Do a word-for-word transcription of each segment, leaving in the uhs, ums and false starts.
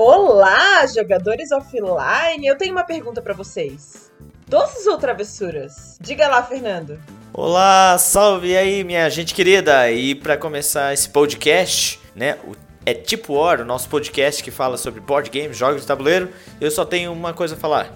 Olá, jogadores offline! Eu tenho uma pergunta pra vocês. Doces ou travessuras? Diga lá, Fernando. Olá, salve aí, minha gente querida. E pra começar esse podcast, né, o É Tipo War, o nosso podcast que fala sobre board games, jogos de tabuleiro, eu só tenho uma coisa a falar.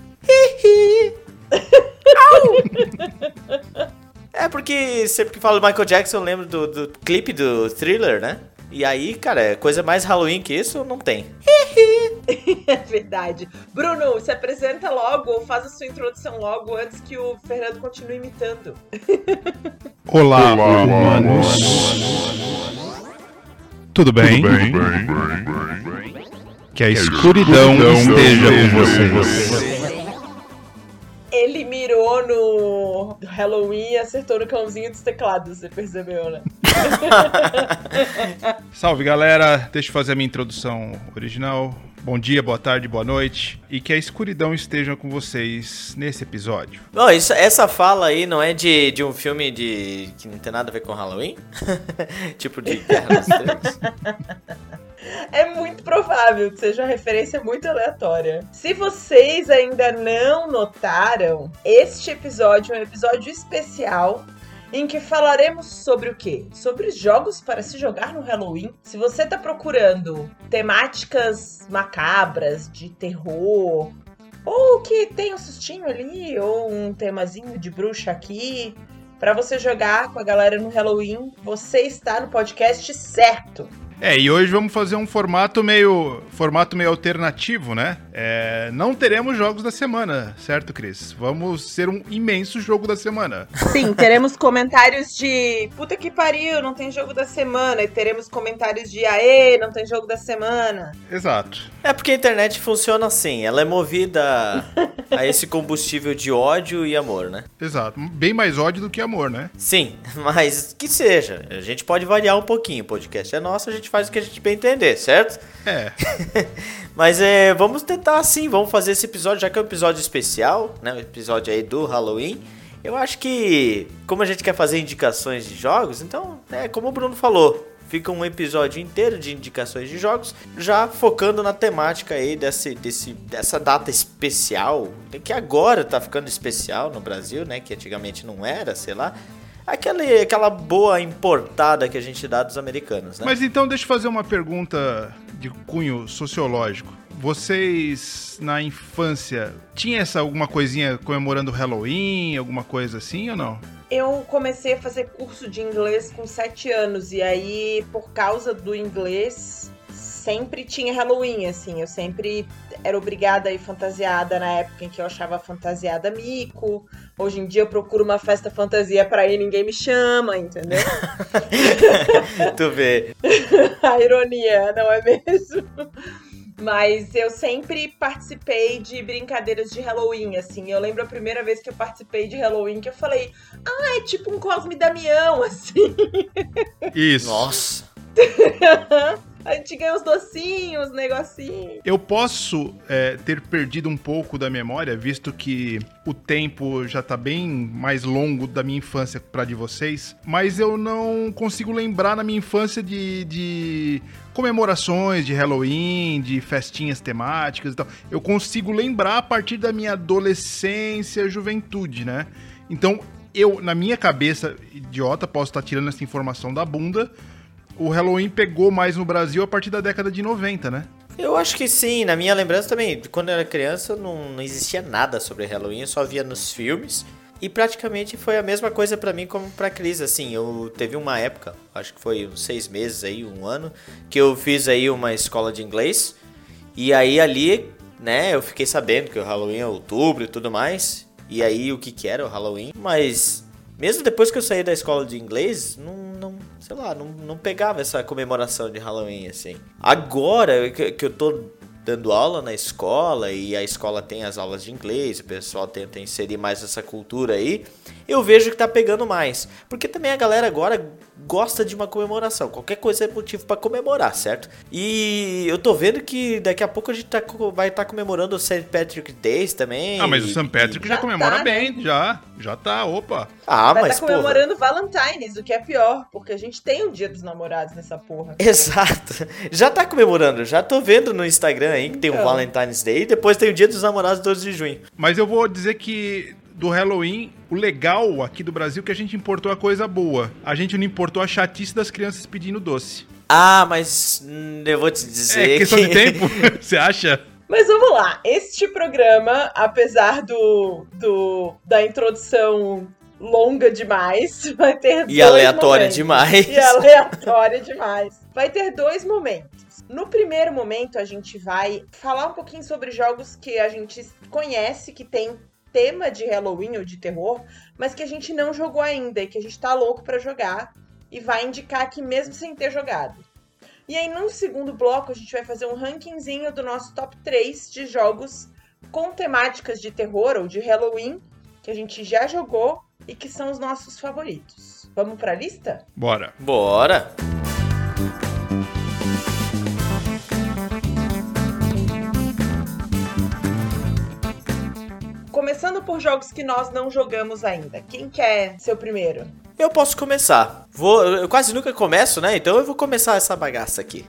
É porque sempre que falo do Michael Jackson eu lembro do, do clipe do Thriller, né? E aí, cara, coisa mais Halloween que isso não tem. É verdade. Bruno, se apresenta logo ou faz a sua introdução logo antes que o Fernando continue imitando. Olá, Olá humanos. Tudo bem? Tudo bem? Que a escuridão, escuridão esteja com vocês. Ele mirou no Halloween e acertou no cãozinho dos teclados, você percebeu, né? Salve, galera. Deixa eu fazer a minha introdução original. Bom dia, boa tarde, boa noite. E que a escuridão esteja com vocês nesse episódio. Bom, isso, essa fala aí não é de, de um filme de que não tem nada a ver com Halloween? Tipo de Guerra nas Estrelas? É muito provável que seja uma referência muito aleatória. Se vocês ainda não notaram, este episódio é um episódio especial em que falaremos sobre o quê? Sobre jogos para se jogar no Halloween. Se você tá procurando temáticas macabras, de terror, ou que tem um sustinho ali, ou um temazinho de bruxa aqui, para você jogar com a galera no Halloween, você está no podcast certo. É, e hoje vamos fazer um formato meio, formato meio alternativo, né? É, não teremos jogos da semana, certo, Cris? Vamos ser um imenso jogo da semana. Sim, teremos comentários de puta que pariu, não tem jogo da semana. E teremos comentários de aê, não tem jogo da semana. Exato. É porque a internet funciona assim, ela é movida a esse combustível de ódio e amor, né? Exato, bem mais ódio do que amor, né? Sim, mas que seja, a gente pode variar um pouquinho, o podcast é nosso, a gente faz o que a gente bem entender, certo? É. Mas é, vamos tentar assim, vamos fazer esse episódio, já que é um episódio especial, né, um episódio aí do Halloween. Eu acho que, como a gente quer fazer indicações de jogos, então, é como o Bruno falou, fica um episódio inteiro de indicações de jogos, já focando na temática aí desse, desse, dessa data especial, que agora tá ficando especial no Brasil, né, que antigamente não era, sei lá. Aquela, aquela boa importada que a gente dá dos americanos, né? Mas então deixa eu fazer uma pergunta de cunho sociológico. Vocês, na infância, tinha essa alguma coisinha comemorando Halloween, alguma coisa assim ou não? Eu comecei a fazer curso de inglês com sete anos e aí, por causa do inglês, sempre tinha Halloween, assim. Eu sempre era obrigada a ir fantasiada na época em que eu achava fantasiada mico. Hoje em dia eu procuro uma festa fantasia pra ir, ninguém me chama, entendeu? Tu vê. A ironia, não é mesmo? Mas eu sempre participei de brincadeiras de Halloween, assim. Eu lembro a primeira vez que eu participei de Halloween que eu falei, ah, é tipo um Cosme e Damião, assim. Isso. Nossa. A gente ganha uns docinhos, uns negocinhos. Eu posso é, ter perdido um pouco da memória, visto que o tempo já tá bem mais longo da minha infância pra de vocês, mas eu não consigo lembrar na minha infância de, de comemorações de Halloween, de festinhas temáticas e tal. Eu consigo lembrar a partir da minha adolescência, juventude, né? Então, eu, na minha cabeça, idiota, posso estar tirando essa informação da bunda, o Halloween pegou mais no Brasil a partir da década de noventa, né? Eu acho que sim, na minha lembrança também, quando eu era criança não, não existia nada sobre Halloween, eu só via nos filmes. E praticamente foi a mesma coisa pra mim como pra Cris, assim, eu teve uma época, acho que foi uns seis meses aí, um ano, que eu fiz aí uma escola de inglês. E aí ali, né, eu fiquei sabendo que o Halloween é outubro e tudo mais. E aí o que que era o Halloween, mas mesmo depois que eu saí da escola de inglês, não, não sei lá, não, não pegava essa comemoração de Halloween, assim. Agora que, que eu tô dando aula na escola e a escola tem as aulas de inglês, o pessoal tenta inserir mais essa cultura aí, eu vejo que tá pegando mais. Porque também a galera agora gosta de uma comemoração. Qualquer coisa é motivo pra comemorar, certo? E eu tô vendo que daqui a pouco a gente tá, vai estar tá comemorando o Saint Patrick Day também. Ah, mas o Saint Patrick e... já, já comemora tá, bem, né? já. Já tá, opa. Ah, vai mas tá comemorando porra. Valentine's, o que é pior, porque a gente tem o Dia dos Namorados nessa porra. Exato. Já tá comemorando, já tô vendo no Instagram aí que tem o então. Valentine's Day e depois tem o Dia dos Namorados, doze de junho. Mas eu vou dizer que do Halloween, o legal aqui do Brasil é que a gente importou a coisa boa. A gente não importou a chatice das crianças pedindo doce. Ah, mas hum, eu vou te dizer É questão que... de tempo, você acha? Mas vamos lá, este programa, apesar do, do da introdução longa demais, vai ter e dois aleatória momentos. demais. E aleatória demais. Vai ter dois momentos. No primeiro momento, a gente vai falar um pouquinho sobre jogos que a gente conhece, que tem tema de Halloween ou de terror, mas que a gente não jogou ainda e que a gente tá louco pra jogar e vai indicar aqui mesmo sem ter jogado. E aí, no segundo bloco, a gente vai fazer um rankingzinho do nosso top três de jogos com temáticas de terror ou de Halloween que a gente já jogou e que são os nossos favoritos. Vamos pra lista? Bora. Bora! Começando por jogos que nós não jogamos ainda. Quem quer ser o primeiro? Eu posso começar. Vou, eu quase nunca começo, né? Então eu vou começar essa bagaça aqui.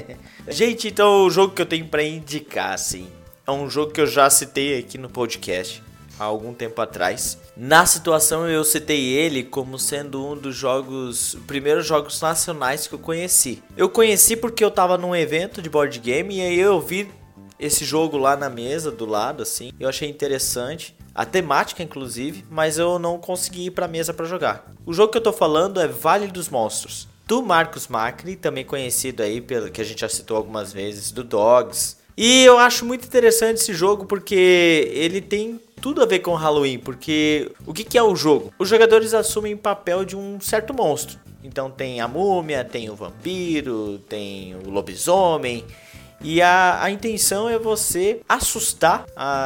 Gente, então o jogo que eu tenho pra indicar, assim, é um jogo que eu já citei aqui no podcast há algum tempo atrás. Na situação eu citei ele como sendo um dos jogos, primeiros jogos nacionais que eu conheci. Eu conheci porque eu tava num evento de board game e aí eu vi esse jogo lá na mesa do lado, assim. Eu achei interessante, a temática inclusive, mas eu não consegui ir pra mesa pra jogar. O jogo que eu tô falando é Vale dos Monstros, do Marcos Macri, também conhecido aí pelo que a gente já citou algumas vezes, do Dogs. E eu acho muito interessante esse jogo porque ele tem tudo a ver com Halloween, porque o que, que é o jogo? Os jogadores assumem o papel de um certo monstro. Então tem a múmia, tem o vampiro, tem o lobisomem. E a, a intenção é você assustar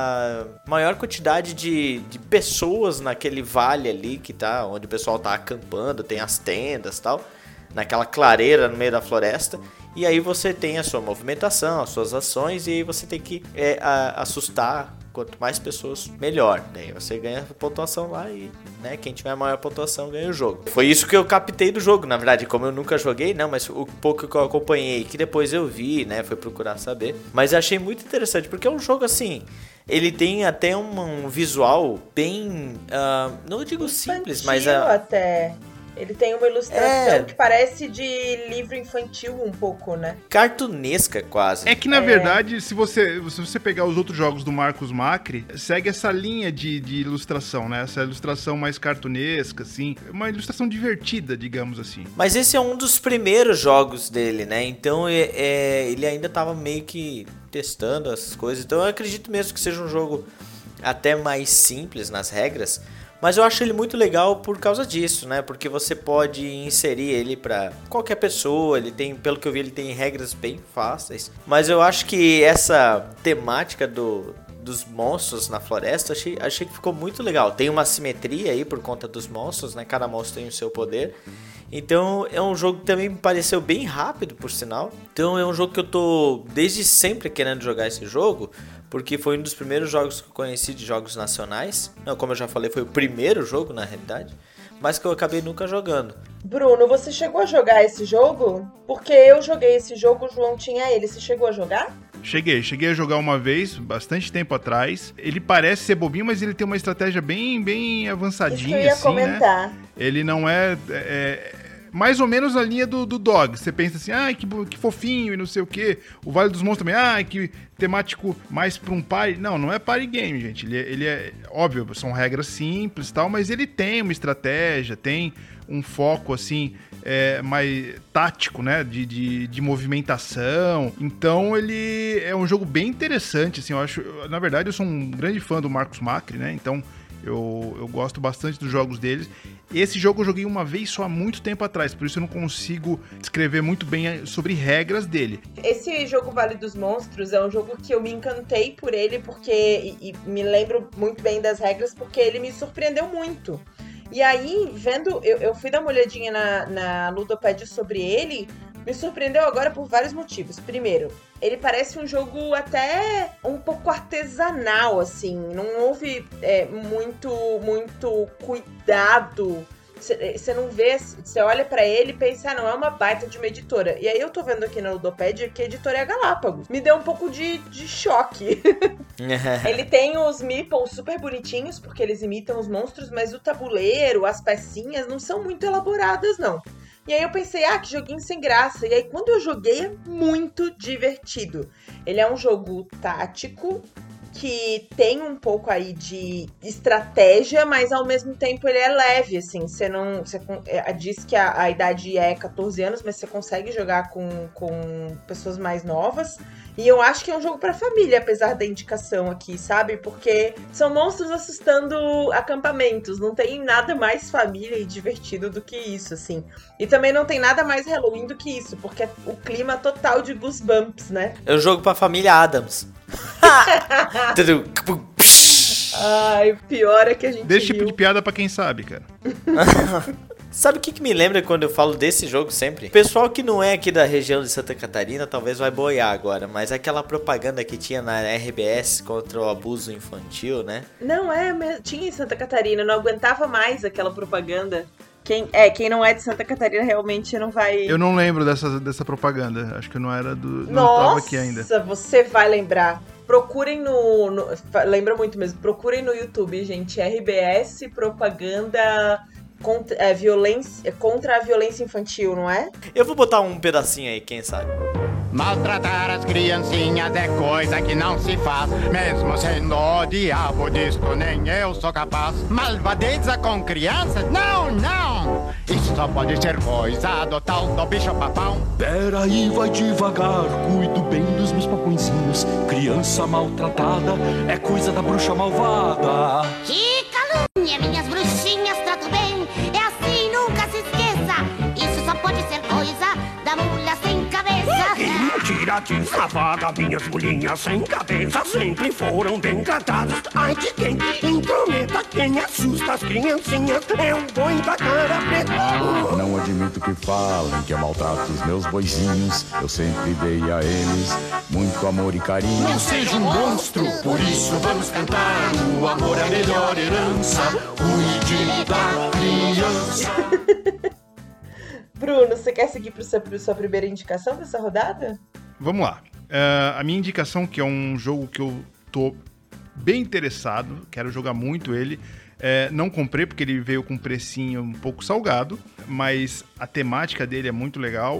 a maior quantidade de, de pessoas naquele vale ali que tá, onde o pessoal tá acampando, tem as tendas e tal, naquela clareira no meio da floresta. E aí você tem a sua movimentação, as suas ações, e aí você tem que é, a, assustar. Quanto mais pessoas, melhor. Daí você ganha pontuação lá e, né, quem tiver a maior pontuação ganha o jogo. Foi isso que eu captei do jogo, na verdade. Como eu nunca joguei, não, mas o pouco que eu acompanhei, que depois eu vi, né, foi procurar saber. Mas achei muito interessante, porque é um jogo assim... Ele tem até um, um visual bem... Uh, não digo simples, infantil, mas... Uh, até... Ele tem uma ilustração é... que parece de livro infantil um pouco, né? Cartunesca, quase. É que, na é... verdade, se você, se você pegar os outros jogos do Marcos Macri, segue essa linha de, de ilustração, né? Essa ilustração mais cartunesca, assim. Uma ilustração divertida, digamos assim. Mas esse é um dos primeiros jogos dele, né? Então, é, é, ele ainda tava meio que testando essas coisas. Então, eu acredito mesmo que seja um jogo até mais simples nas regras. Mas eu acho ele muito legal por causa disso, né? Porque você pode inserir ele pra qualquer pessoa. Ele tem, pelo que eu vi, ele tem regras bem fáceis. Mas eu acho que essa temática do, dos monstros na floresta, achei, achei que ficou muito legal. Tem uma simetria aí por conta dos monstros, né? Cada monstro tem o seu poder. Então é um jogo que também me pareceu bem rápido, por sinal. Então é um jogo que eu tô desde sempre querendo jogar esse jogo, porque foi um dos primeiros jogos que eu conheci de jogos nacionais. Não, como eu já falei, foi o primeiro jogo na realidade, mas que eu acabei nunca jogando. Bruno, você chegou a jogar esse jogo? Porque eu joguei esse jogo, o João tinha ele. Você chegou a jogar? Cheguei, cheguei a jogar uma vez, bastante tempo atrás. Ele parece ser bobinho, mas ele tem uma estratégia bem, bem avançadinha, Isso que eu ia assim, comentar. né? Ele não é... é... mais ou menos a linha do, do Dog. Você pensa assim, ah, que, que fofinho e não sei o quê. O Vale dos Monstros também, ah, que temático mais pra um party. Não, não é party game, gente. Ele, ele é, óbvio, são regras simples e tal, mas ele tem uma estratégia, tem um foco, assim, é, mais tático, né, de, de, de movimentação. Então, ele é um jogo bem interessante, assim, eu acho... Na verdade, eu sou um grande fã do Marcos Macri, né, então... Eu, eu gosto bastante dos jogos deles. Esse jogo eu joguei uma vez só há muito tempo atrás, por isso eu não consigo descrever muito bem sobre regras dele. Esse jogo Vale dos Monstros é um jogo que eu me encantei por ele, porque e, e me lembro muito bem das regras, porque ele me surpreendeu muito. E aí, vendo, eu, eu fui dar uma olhadinha na, na Ludopédia sobre ele, me surpreendeu agora por vários motivos. Primeiro, ele parece um jogo até um pouco artesanal, assim. Não houve é, muito, muito cuidado. Você não vê, você olha pra ele e pensa, ah, não, é uma baita de uma editora. E aí eu tô vendo aqui na Ludopédia que a editora é a Galápagos. Me deu um pouco de, de choque. Ele tem os meeples super bonitinhos, porque eles imitam os monstros, mas o tabuleiro, as pecinhas, não são muito elaboradas, não. E aí eu pensei, ah, que joguinho sem graça. E aí quando eu joguei, é muito divertido. Ele é um jogo tático, que tem um pouco aí de estratégia, mas ao mesmo tempo ele é leve, assim, você não... Você diz que a, a idade é catorze anos, mas você consegue jogar com, com pessoas mais novas, e eu acho que é um jogo pra família, apesar da indicação aqui, sabe? Porque são monstros assustando acampamentos, não tem nada mais família e divertido do que isso, assim. E também não tem nada mais Halloween do que isso, porque é o clima total de Goosebumps, né? É um jogo pra família Addams. Ai, o pior é que a gente Desse riu. tipo de piada pra quem sabe, cara. Sabe o que, que me lembra quando eu falo desse jogo sempre? O pessoal que não é aqui da região de Santa Catarina talvez vai boiar agora, mas aquela propaganda que tinha na R B S contra o abuso infantil, né? Não, é, tinha em Santa Catarina, não aguentava mais aquela propaganda. Quem, é, quem não é de Santa Catarina realmente não vai... Eu não lembro dessa, dessa propaganda. Acho que não era do... Não Nossa, tava aqui ainda. Você vai lembrar. Procurem no, no... Lembra muito mesmo. Procurem no YouTube, gente. R B S propaganda contra, é, violência, contra a violência infantil, não é? Eu vou botar um pedacinho aí, quem sabe. Maltratar as criancinhas é coisa que não se faz. Mesmo sendo o diabo disto, nem eu sou capaz. Malvadeza com crianças? Não, não! Isso só pode ser coisa do tal do bicho papão. Peraí, vai devagar, cuido bem dos meus papõezinhos. Criança maltratada é coisa da bruxa malvada. Que calúnia, minhas bruxinhas, trato bem. É assim, nunca se esqueça. Isso só pode ser coisa da mula sem cabeça. Mentira de safada, minhas mulhinhas sem cabeça sempre foram bem tratadas. Ai de quem intrometa, quem assusta as criancinhas é um boi da cara preta. Ah, não admito que falem que eu maltrato os meus boizinhos. Eu sempre dei a eles muito amor e carinho. Não seja um monstro, por isso vamos cantar. O amor é a melhor herança, cuide da criança. Bruno, você quer seguir para sua, sua primeira indicação dessa rodada? Vamos lá. Uh, a minha indicação, que é um jogo que eu tô bem interessado, quero jogar muito ele. É, não comprei porque ele veio com um precinho um pouco salgado, mas a temática dele é muito legal.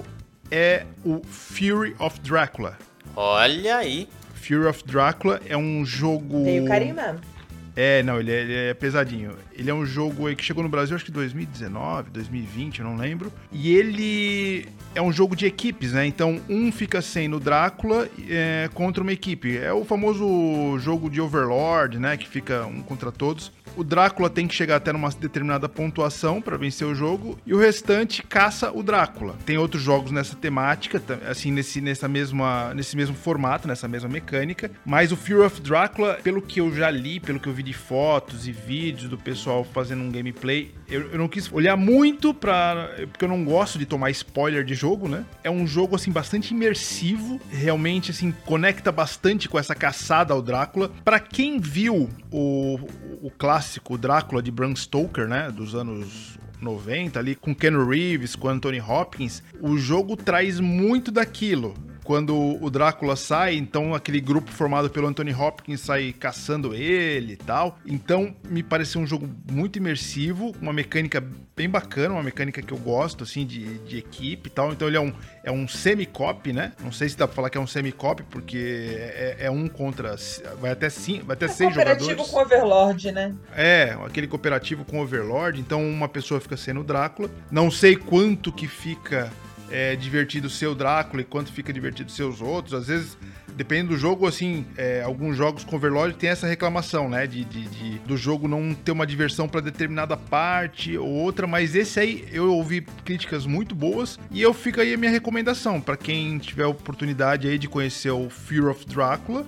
É o Fury of Dracula. Olha aí. Fury of Dracula é um jogo... Veio carinho mesmo. É, não, ele é, ele é pesadinho. Ele é um jogo aí que chegou no Brasil, acho que dois mil e dezenove, dois mil e vinte, eu não lembro. E ele é um jogo de equipes, né? Então, um fica sendo Drácula é, contra uma equipe. É o famoso jogo de Overlord, né? Que fica um contra todos. O Drácula tem que chegar até uma determinada pontuação para vencer o jogo, e o restante caça o Drácula. Tem outros jogos nessa temática, assim, nesse, nessa mesma, nesse mesmo formato, nessa mesma mecânica, mas o Fury of Dracula, pelo que eu já li, pelo que eu vi de fotos e vídeos do pessoal fazendo um gameplay, eu, eu não quis olhar muito pra... porque eu não gosto de tomar spoiler de jogo, né? É um jogo, assim, bastante imersivo, realmente, assim, conecta bastante com essa caçada ao Drácula. Pra quem viu o, o clássico Drácula de Bram Stoker, né, dos anos noventa, ali, com Keanu Reeves, com Anthony Hopkins, o jogo traz muito daquilo. Quando o Drácula sai, então aquele grupo formado pelo Anthony Hopkins sai caçando ele e tal. Então me pareceu um jogo muito imersivo, uma mecânica bem bacana, uma mecânica que eu gosto, assim, de, de equipe e tal. Então ele é um, é um semi-cop, né? Não sei se dá pra falar que é um semi-cop, porque é, é um contra... Vai até, cinco, vai até é seis jogadores. Cooperativo com Overlord, né? É, aquele cooperativo com Overlord. Então uma pessoa fica sendo o Drácula. Não sei quanto que fica... É divertido ser o Drácula e quanto fica divertido ser os outros. Às vezes, dependendo do jogo, assim, é, alguns jogos com Overlord tem essa reclamação, né? De, de, de do jogo não ter uma diversão para determinada parte ou outra, mas esse aí eu ouvi críticas muito boas e eu fica aí a minha recomendação para quem tiver oportunidade aí de conhecer o Fear of Dracula.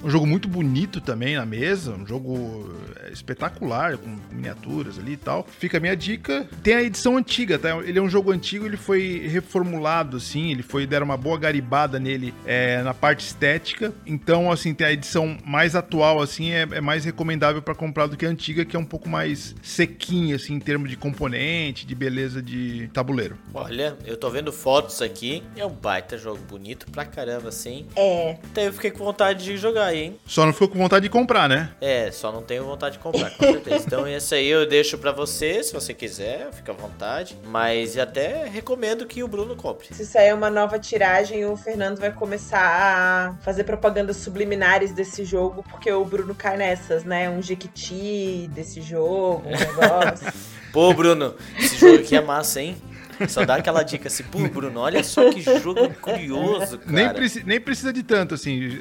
Um jogo muito bonito também na mesa, um jogo espetacular, com miniaturas ali e tal. Fica a minha dica. Tem a edição antiga, tá? Ele é um jogo antigo, ele foi reformulado, assim, ele foi, deram uma boa garibada nele é, na parte estética. Então, assim, tem a edição mais atual, assim, é, é mais recomendável pra comprar do que a antiga, que é um pouco mais sequinha, assim, em termos de componente, de beleza de tabuleiro. Olha, eu tô vendo fotos aqui, é um baita jogo bonito pra caramba, assim. É. Até eu fiquei com vontade de jogar aí, hein? Só não ficou com vontade de comprar, né? É, só não tenho vontade de comprar, com certeza. Então esse aí eu deixo pra você, se você quiser, fica à vontade. Mas até recomendo que o Bruno compre. Se sair uma nova tiragem, o Fernando vai começar a fazer propagandas subliminares desse jogo, porque o Bruno cai nessas, né? Um jequiti desse jogo, um negócio. Pô, Bruno, esse jogo aqui é massa, hein? Só dá aquela dica assim, pô, Bruno, olha só que jogo curioso, cara. Nem, preci- nem precisa de tanto, assim.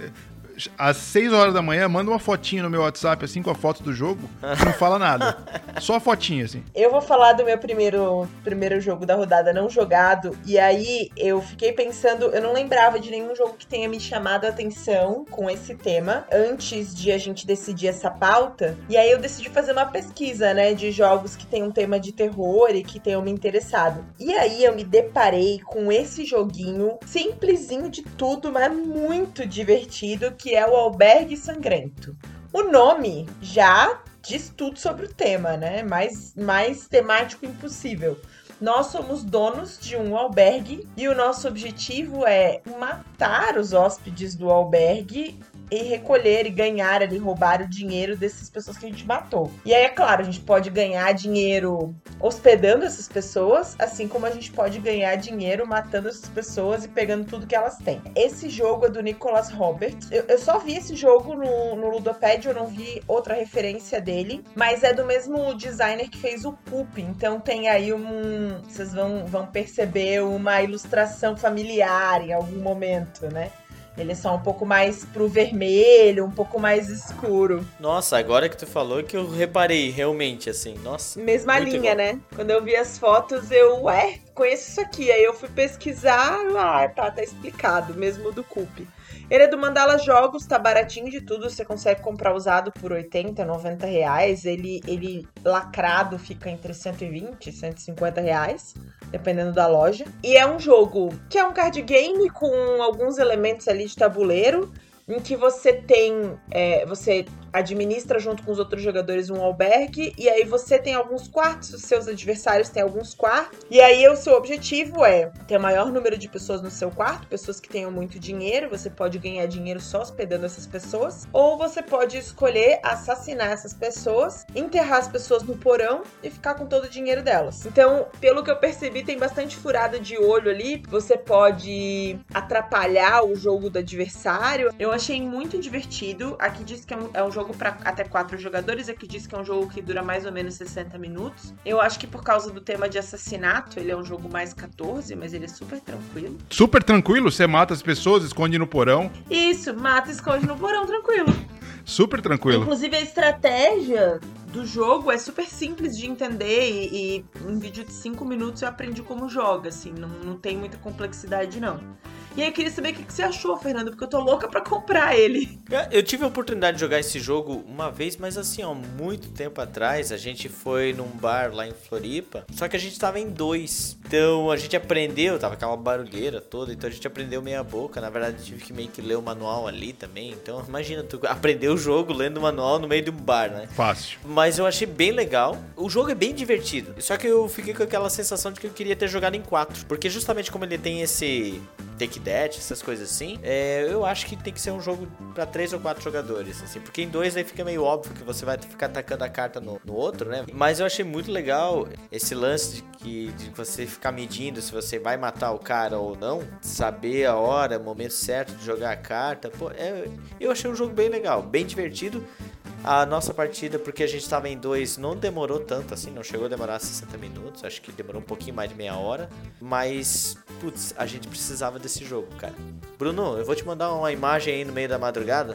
Às seis horas da manhã, manda uma fotinha no meu WhatsApp, assim, com a foto do jogo, não fala nada. Só a fotinha, assim. Eu vou falar do meu primeiro, primeiro jogo da rodada não jogado, e aí eu fiquei pensando, eu não lembrava de nenhum jogo que tenha me chamado a atenção com esse tema, antes de a gente decidir essa pauta, e aí eu decidi fazer uma pesquisa, né, de jogos que tem um tema de terror e que tenham me interessado. E aí eu me deparei com esse joguinho, simplesinho de tudo, mas muito divertido, que é o Albergue Sangrento. O nome já diz tudo sobre o tema, né? Mais, mais temático impossível. Nós somos donos de um albergue e o nosso objetivo é matar os hóspedes do albergue e recolher e ganhar ali, roubar o dinheiro dessas pessoas que a gente matou. E aí, é claro, a gente pode ganhar dinheiro hospedando essas pessoas, assim como a gente pode ganhar dinheiro matando essas pessoas e pegando tudo que elas têm. Esse jogo é do Nicholas Roberts. Eu, eu só vi esse jogo no, no Ludopad, eu não vi outra referência dele, mas é do mesmo designer que fez o Poop, então tem aí um... Vocês vão, vão perceber uma ilustração familiar em algum momento, né? Ele é só um pouco mais pro vermelho, um pouco mais escuro. Nossa, agora que tu falou que eu reparei, realmente, assim, nossa. Mesma linha, igual. Né? Quando eu vi as fotos, eu, ué, conheço isso aqui. Aí eu fui pesquisar, ah, tá, tá explicado, mesmo do Coop. Ele é do Mandala Jogos, tá baratinho de tudo, você consegue comprar usado por oitenta, noventa reais. Ele, ele lacrado fica entre cento e vinte e cento e cinquenta reais, dependendo da loja. E é um jogo que é um card game com alguns elementos ali de tabuleiro, em que você tem, é, você administra junto com os outros jogadores um albergue, e aí você tem alguns quartos, os seus adversários têm alguns quartos, e aí o seu objetivo é ter o maior número de pessoas no seu quarto, pessoas que tenham muito dinheiro, você pode ganhar dinheiro só hospedando essas pessoas, ou você pode escolher assassinar essas pessoas, enterrar as pessoas no porão e ficar com todo o dinheiro delas. Então, pelo que eu percebi, tem bastante furada de olho ali, você pode atrapalhar o jogo do adversário. Eu achei muito divertido, aqui diz que é um, é um jogo jogo para até quatro jogadores, aqui diz que é um jogo que dura mais ou menos sessenta minutos. Eu acho que por causa do tema de assassinato, ele é um jogo mais quatorze, mas ele é super tranquilo. Super tranquilo? Você mata as pessoas, esconde no porão? Isso, mata e esconde no porão, tranquilo. Super tranquilo. Inclusive a estratégia do jogo é super simples de entender e, e em vídeo de cinco minutos eu aprendi como joga, assim, não, não tem muita complexidade não. E aí eu queria saber o que você achou, Fernando, porque eu tô louca pra comprar ele. Eu tive a oportunidade de jogar esse jogo uma vez, mas assim, ó, muito tempo atrás, a gente foi num bar lá em Floripa, só que a gente tava em dois. Então a gente aprendeu, tava aquela barulheira toda, então a gente aprendeu meia boca. Na verdade, eu tive que meio que ler o manual ali também. Então imagina, tu aprender o jogo lendo o manual no meio de um bar, né? Fácil. Mas eu achei bem legal. O jogo é bem divertido. Só que eu fiquei com aquela sensação de que eu queria ter jogado em quatro. Porque justamente como ele tem esse take that, essas coisas assim, é, eu acho que tem que ser um jogo pra três ou quatro jogadores, assim. Porque em dois aí fica meio óbvio que você vai ficar atacando a carta no, no outro, né? Mas eu achei muito legal esse lance de, que, de você ficar medindo se você vai matar o cara ou não. Saber a hora, o momento certo de jogar a carta. Pô, é, eu achei um jogo bem legal, bem divertido. A nossa partida, porque a gente tava em dois, não demorou tanto assim, não chegou a demorar sessenta minutos, acho que demorou um pouquinho mais de meia hora, mas, putz, a gente precisava desse jogo, cara. Bruno, eu vou te mandar uma imagem aí no meio da madrugada.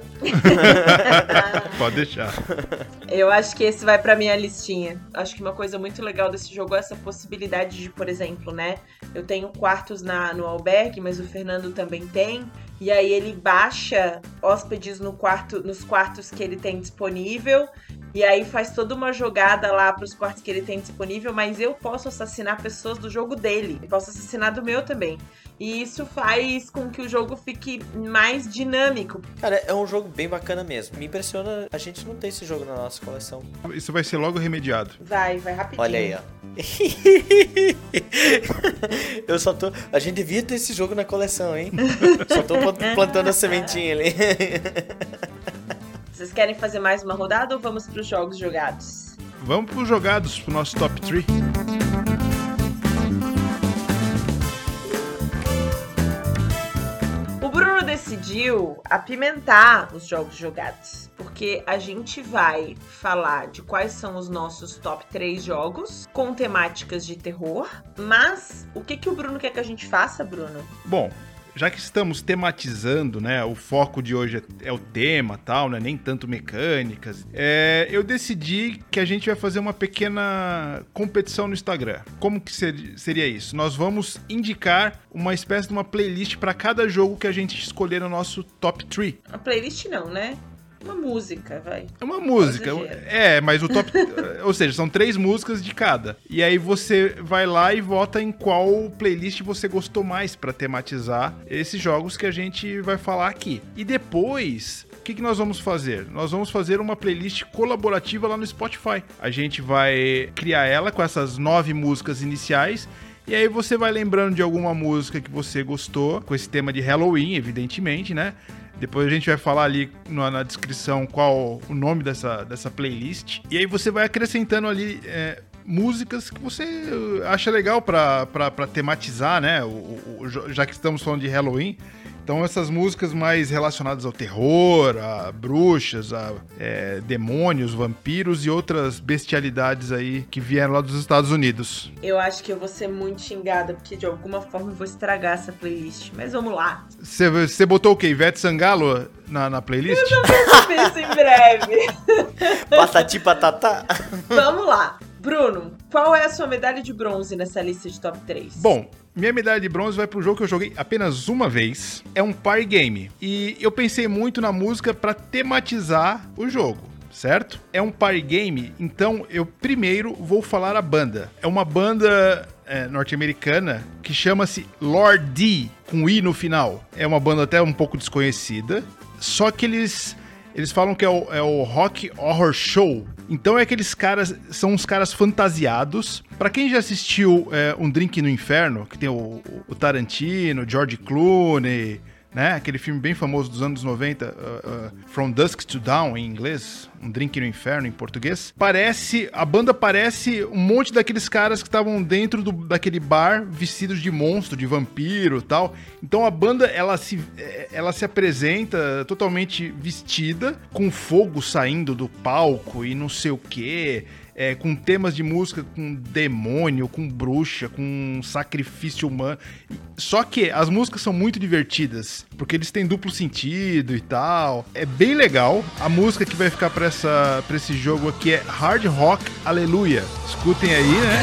Pode deixar. Eu acho que esse vai pra minha listinha. Acho que uma coisa muito legal desse jogo é essa possibilidade de, por exemplo, né, eu tenho quartos na, no albergue, mas o Fernando também tem. E aí ele baixa hóspedes no quarto, nos quartos que ele tem disponível. E aí faz toda uma jogada lá pros quartos que ele tem disponível. Mas eu posso assassinar pessoas do jogo dele. Eu posso assassinar do meu também. E isso faz com que o jogo fique mais dinâmico. Cara, é um jogo bem bacana mesmo. Me impressiona, a gente não tem esse jogo na nossa coleção. Isso vai ser logo remediado. Vai, vai rapidinho. Olha aí, ó. Eu só tô... A gente devia ter esse jogo na coleção, hein? Só tô plantando a sementinha ali. Vocês querem fazer mais uma rodada ou vamos pros jogos jogados? Vamos pros jogados, pro nosso top três. O Bruno decidiu apimentar os jogos jogados, porque a gente vai falar de quais são os nossos top três jogos com temáticas de terror, mas o que, que o Bruno quer que a gente faça, Bruno? Bom, já que estamos tematizando, né, o foco de hoje é, é o tema, tal, né, nem tanto mecânicas, é, eu decidi que a gente vai fazer uma pequena competição no Instagram. Como que ser, seria isso? Nós vamos indicar uma espécie de uma playlist para cada jogo que a gente escolher no nosso top três. Uma playlist não, né? Uma música, vai. É uma música, é, mas o top... ou seja, são três músicas de cada. E aí você vai lá e vota em qual playlist você gostou mais pra tematizar esses jogos que a gente vai falar aqui. E depois, o que, que nós vamos fazer? Nós vamos fazer uma playlist colaborativa lá no Spotify. A gente vai criar ela com essas nove músicas iniciais. E aí você vai lembrando de alguma música que você gostou, com esse tema de Halloween, evidentemente, né? Depois a gente vai falar ali na, na descrição qual o nome dessa, dessa playlist. E aí você vai acrescentando ali é, músicas que você acha legal pra, pra, pra tematizar, né? O, o, já que estamos falando de Halloween. Então essas músicas mais relacionadas ao terror, a bruxas, a é, demônios, vampiros e outras bestialidades aí que vieram lá dos Estados Unidos. Eu acho que eu vou ser muito xingada, porque de alguma forma eu vou estragar essa playlist. Mas vamos lá. Você botou o quê? Ivete Sangalo na, na playlist? Eu já percebi isso em breve. Patati patatá. Vamos lá. Bruno, qual é a sua medalha de bronze nessa lista de top três? Bom, minha medalha de bronze vai pro jogo que eu joguei apenas uma vez. É um party game. E eu pensei muito na música pra tematizar o jogo, certo? É um party game, então eu primeiro vou falar a banda. É uma banda é, norte-americana que chama-se Lord D, com I no final. É uma banda até um pouco desconhecida, só que eles... Eles falam que é o, é o Rock Horror Show. Então é aqueles caras, são uns caras fantasiados. Pra quem já assistiu é, Um Drink no Inferno, que tem o, o Tarantino, George Clooney, né? Aquele filme bem famoso dos anos noventa, uh, uh, From Dusk to Dawn, em inglês, Um Drink no Inferno, em português. Parece, a banda parece um monte daqueles caras que estavam dentro do, daquele bar, vestidos de monstro, de vampiro e tal. Então a banda, ela se, ela se apresenta totalmente vestida, com fogo saindo do palco e não sei o quê. É, com temas de música com demônio, com bruxa, com sacrifício humano. Só que as músicas são muito divertidas, porque eles têm duplo sentido e tal. É bem legal. A música que vai ficar pra, essa, pra esse jogo aqui é Hard Rock Aleluia. Escutem aí, né?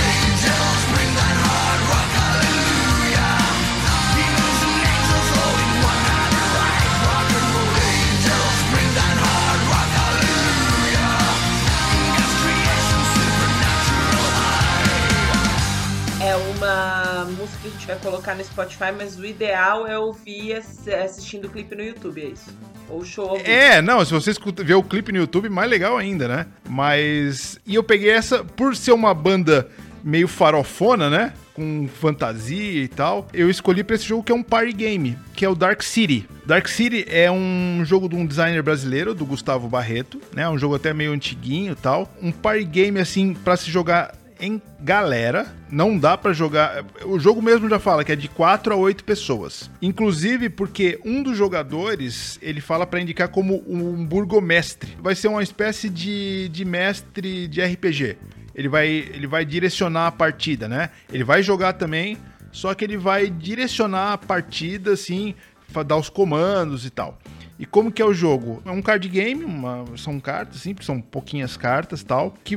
Uma música que a gente vai colocar no Spotify, mas o ideal é ouvir assistindo o clipe no YouTube, é isso? Ou show ao vivo. É, não, se você escuta, ver o clipe no YouTube, mais legal ainda, né? Mas... E eu peguei essa, por ser uma banda meio farofona, né? Com fantasia e tal, eu escolhi pra esse jogo que é um party game, que é o Dark City. Dark City é um jogo de um designer brasileiro, do Gustavo Barreto, né? Um jogo até meio antiguinho e tal. Um party game, assim, pra se jogar em galera, não dá pra jogar... O jogo mesmo já fala que é de quatro a oito pessoas. Inclusive porque um dos jogadores, ele fala pra indicar como um burgomestre. Vai ser uma espécie de, de mestre de R P G. Ele vai, ele vai direcionar a partida, né? Ele vai jogar também, só que ele vai direcionar a partida, assim, dar os comandos e tal. E como que é o jogo? É um card game, uma, são cartas, simples, são pouquinhas cartas e tal, que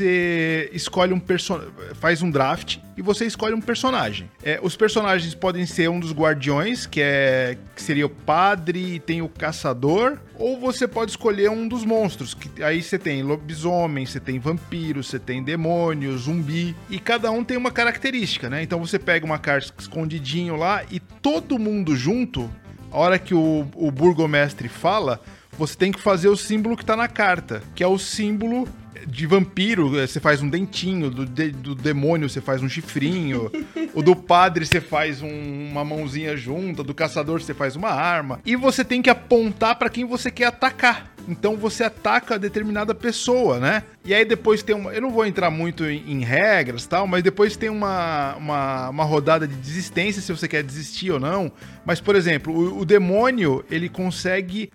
você escolhe um personagem, faz um draft e você escolhe um personagem. É, os personagens podem ser um dos guardiões, que, é, que seria o padre, e tem o caçador, ou você pode escolher um dos monstros, que aí você tem lobisomem, você tem vampiro, você tem demônio, zumbi, e cada um tem uma característica, né? Então você pega uma carta escondidinho lá e todo mundo junto, a hora que o, o burgomestre fala, você tem que fazer o símbolo que tá na carta, que é o símbolo de vampiro, você faz um dentinho, do, de, do demônio você faz um chifrinho, o do padre você faz um, uma mãozinha junta, do caçador você faz uma arma, e você tem que apontar pra quem você quer atacar. Então você ataca determinada pessoa, né? E aí depois tem uma... Eu não vou entrar muito em, em regras e tal, mas depois tem uma, uma, uma rodada de desistência, se você quer desistir ou não. Mas, por exemplo, o, o demônio, ele consegue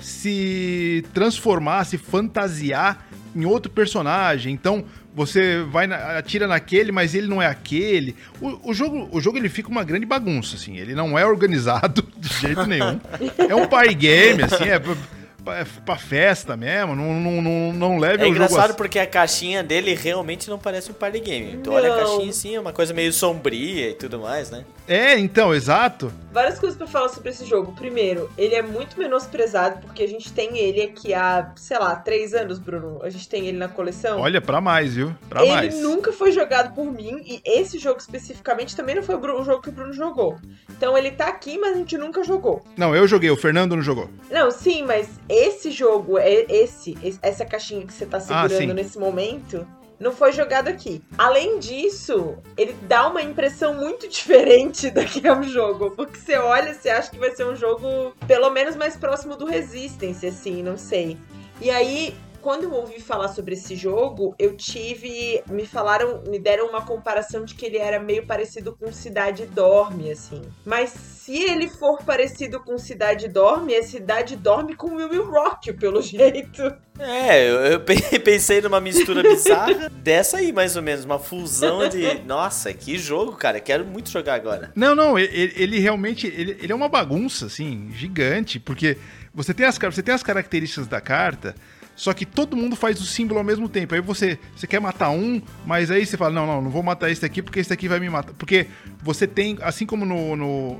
se transformar, se fantasiar em outro personagem. Então você vai na, atira naquele, mas ele não é aquele. O, o, jogo, o jogo ele fica uma grande bagunça, assim. Ele não é organizado de jeito nenhum. É um party game, assim, é... Pra, pra festa mesmo, não, não, não, não leve é o jogo... É engraçado assim. Porque a caixinha dele realmente não parece um party game. Tu olha a caixinha assim, é uma coisa meio sombria e tudo mais, né? É, então, exato. Várias coisas pra falar sobre esse jogo. Primeiro, ele é muito menosprezado porque a gente tem ele aqui há, sei lá, três anos, Bruno. A gente tem ele na coleção. Olha, pra mais, viu? Pra ele mais. Ele nunca foi jogado por mim e esse jogo especificamente também não foi o jogo que o Bruno jogou. Então ele tá aqui, mas a gente nunca jogou. Não, eu joguei, o Fernando não jogou. Não, sim, mas esse jogo, esse, essa caixinha que você tá segurando ah, nesse momento... não foi jogado aqui. Além disso, ele dá uma impressão muito diferente do que é o jogo. Porque você olha, você acha que vai ser um jogo pelo menos mais próximo do Resistance, assim, não sei. E aí, quando eu ouvi falar sobre esse jogo, eu tive... Me falaram, me deram uma comparação de que ele era meio parecido com Cidade Dorme, assim. Mas se ele for parecido com Cidade Dorme, é Cidade Dorme com Will Will Rock, pelo jeito. É, eu, eu pensei numa mistura bizarra dessa aí, mais ou menos. Uma fusão de... Nossa, que jogo, cara. Quero muito jogar agora. Não, não, ele, ele realmente... Ele, ele é uma bagunça, assim, gigante. Porque você tem, as, você tem as características da carta... Só que todo mundo faz o símbolo ao mesmo tempo. Aí você, você quer matar um, mas aí você fala, não, não, não vou matar esse daqui porque esse daqui vai me matar. Porque você tem, assim como no, no,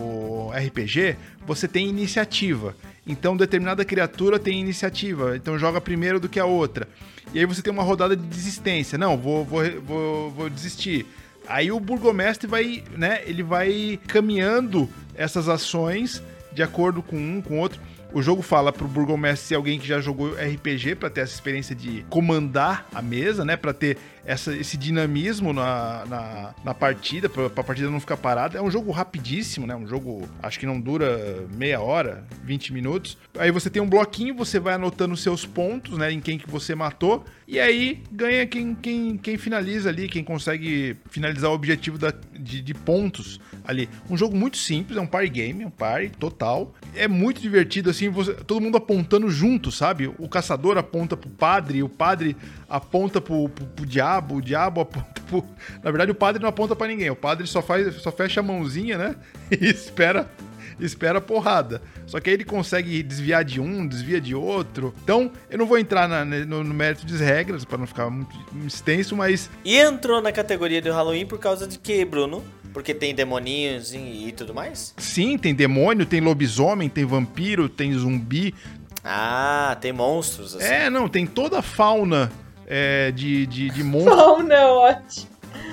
no R P G, você tem iniciativa. Então determinada criatura tem iniciativa. Então joga primeiro do que a outra. E aí você tem uma rodada de desistência. Não, vou, vou, vou, vou desistir. Aí o burgomestre vai, né, ele vai caminhando essas ações de acordo com um, com o outro. O jogo fala pro burgomestre ser alguém que já jogou R P G, pra ter essa experiência de comandar a mesa, né? Pra ter essa, esse dinamismo na, na, na partida, pra, pra partida não ficar parada. É um jogo rapidíssimo, né? Um jogo, acho que não dura meia hora, vinte minutos. Aí você tem um bloquinho, você vai anotando os seus pontos, né? Em quem que você matou. E aí ganha quem, quem, quem finaliza ali, quem consegue finalizar o objetivo da, de, de pontos ali. Um jogo muito simples, é um party game, um party total. É muito divertido, assim, você, todo mundo apontando junto, sabe? O caçador aponta pro padre, o padre aponta pro, pro, pro diabo, o diabo aponta pro... Na verdade, o padre não aponta pra ninguém, o padre só, faz, só fecha a mãozinha, né? E espera... espera a porrada. Só que aí ele consegue desviar de um, desvia de outro. Então, eu não vou entrar na, no, no mérito das regras, para não ficar muito extenso, mas... E entrou na categoria do Halloween por causa de quê, Bruno? Porque tem demoninhos e, e tudo mais? Sim, tem demônio, tem lobisomem, tem vampiro, tem zumbi. Ah, tem monstros, assim. É, não, tem toda a fauna é, de, de, de monstros. Fauna é ótimo.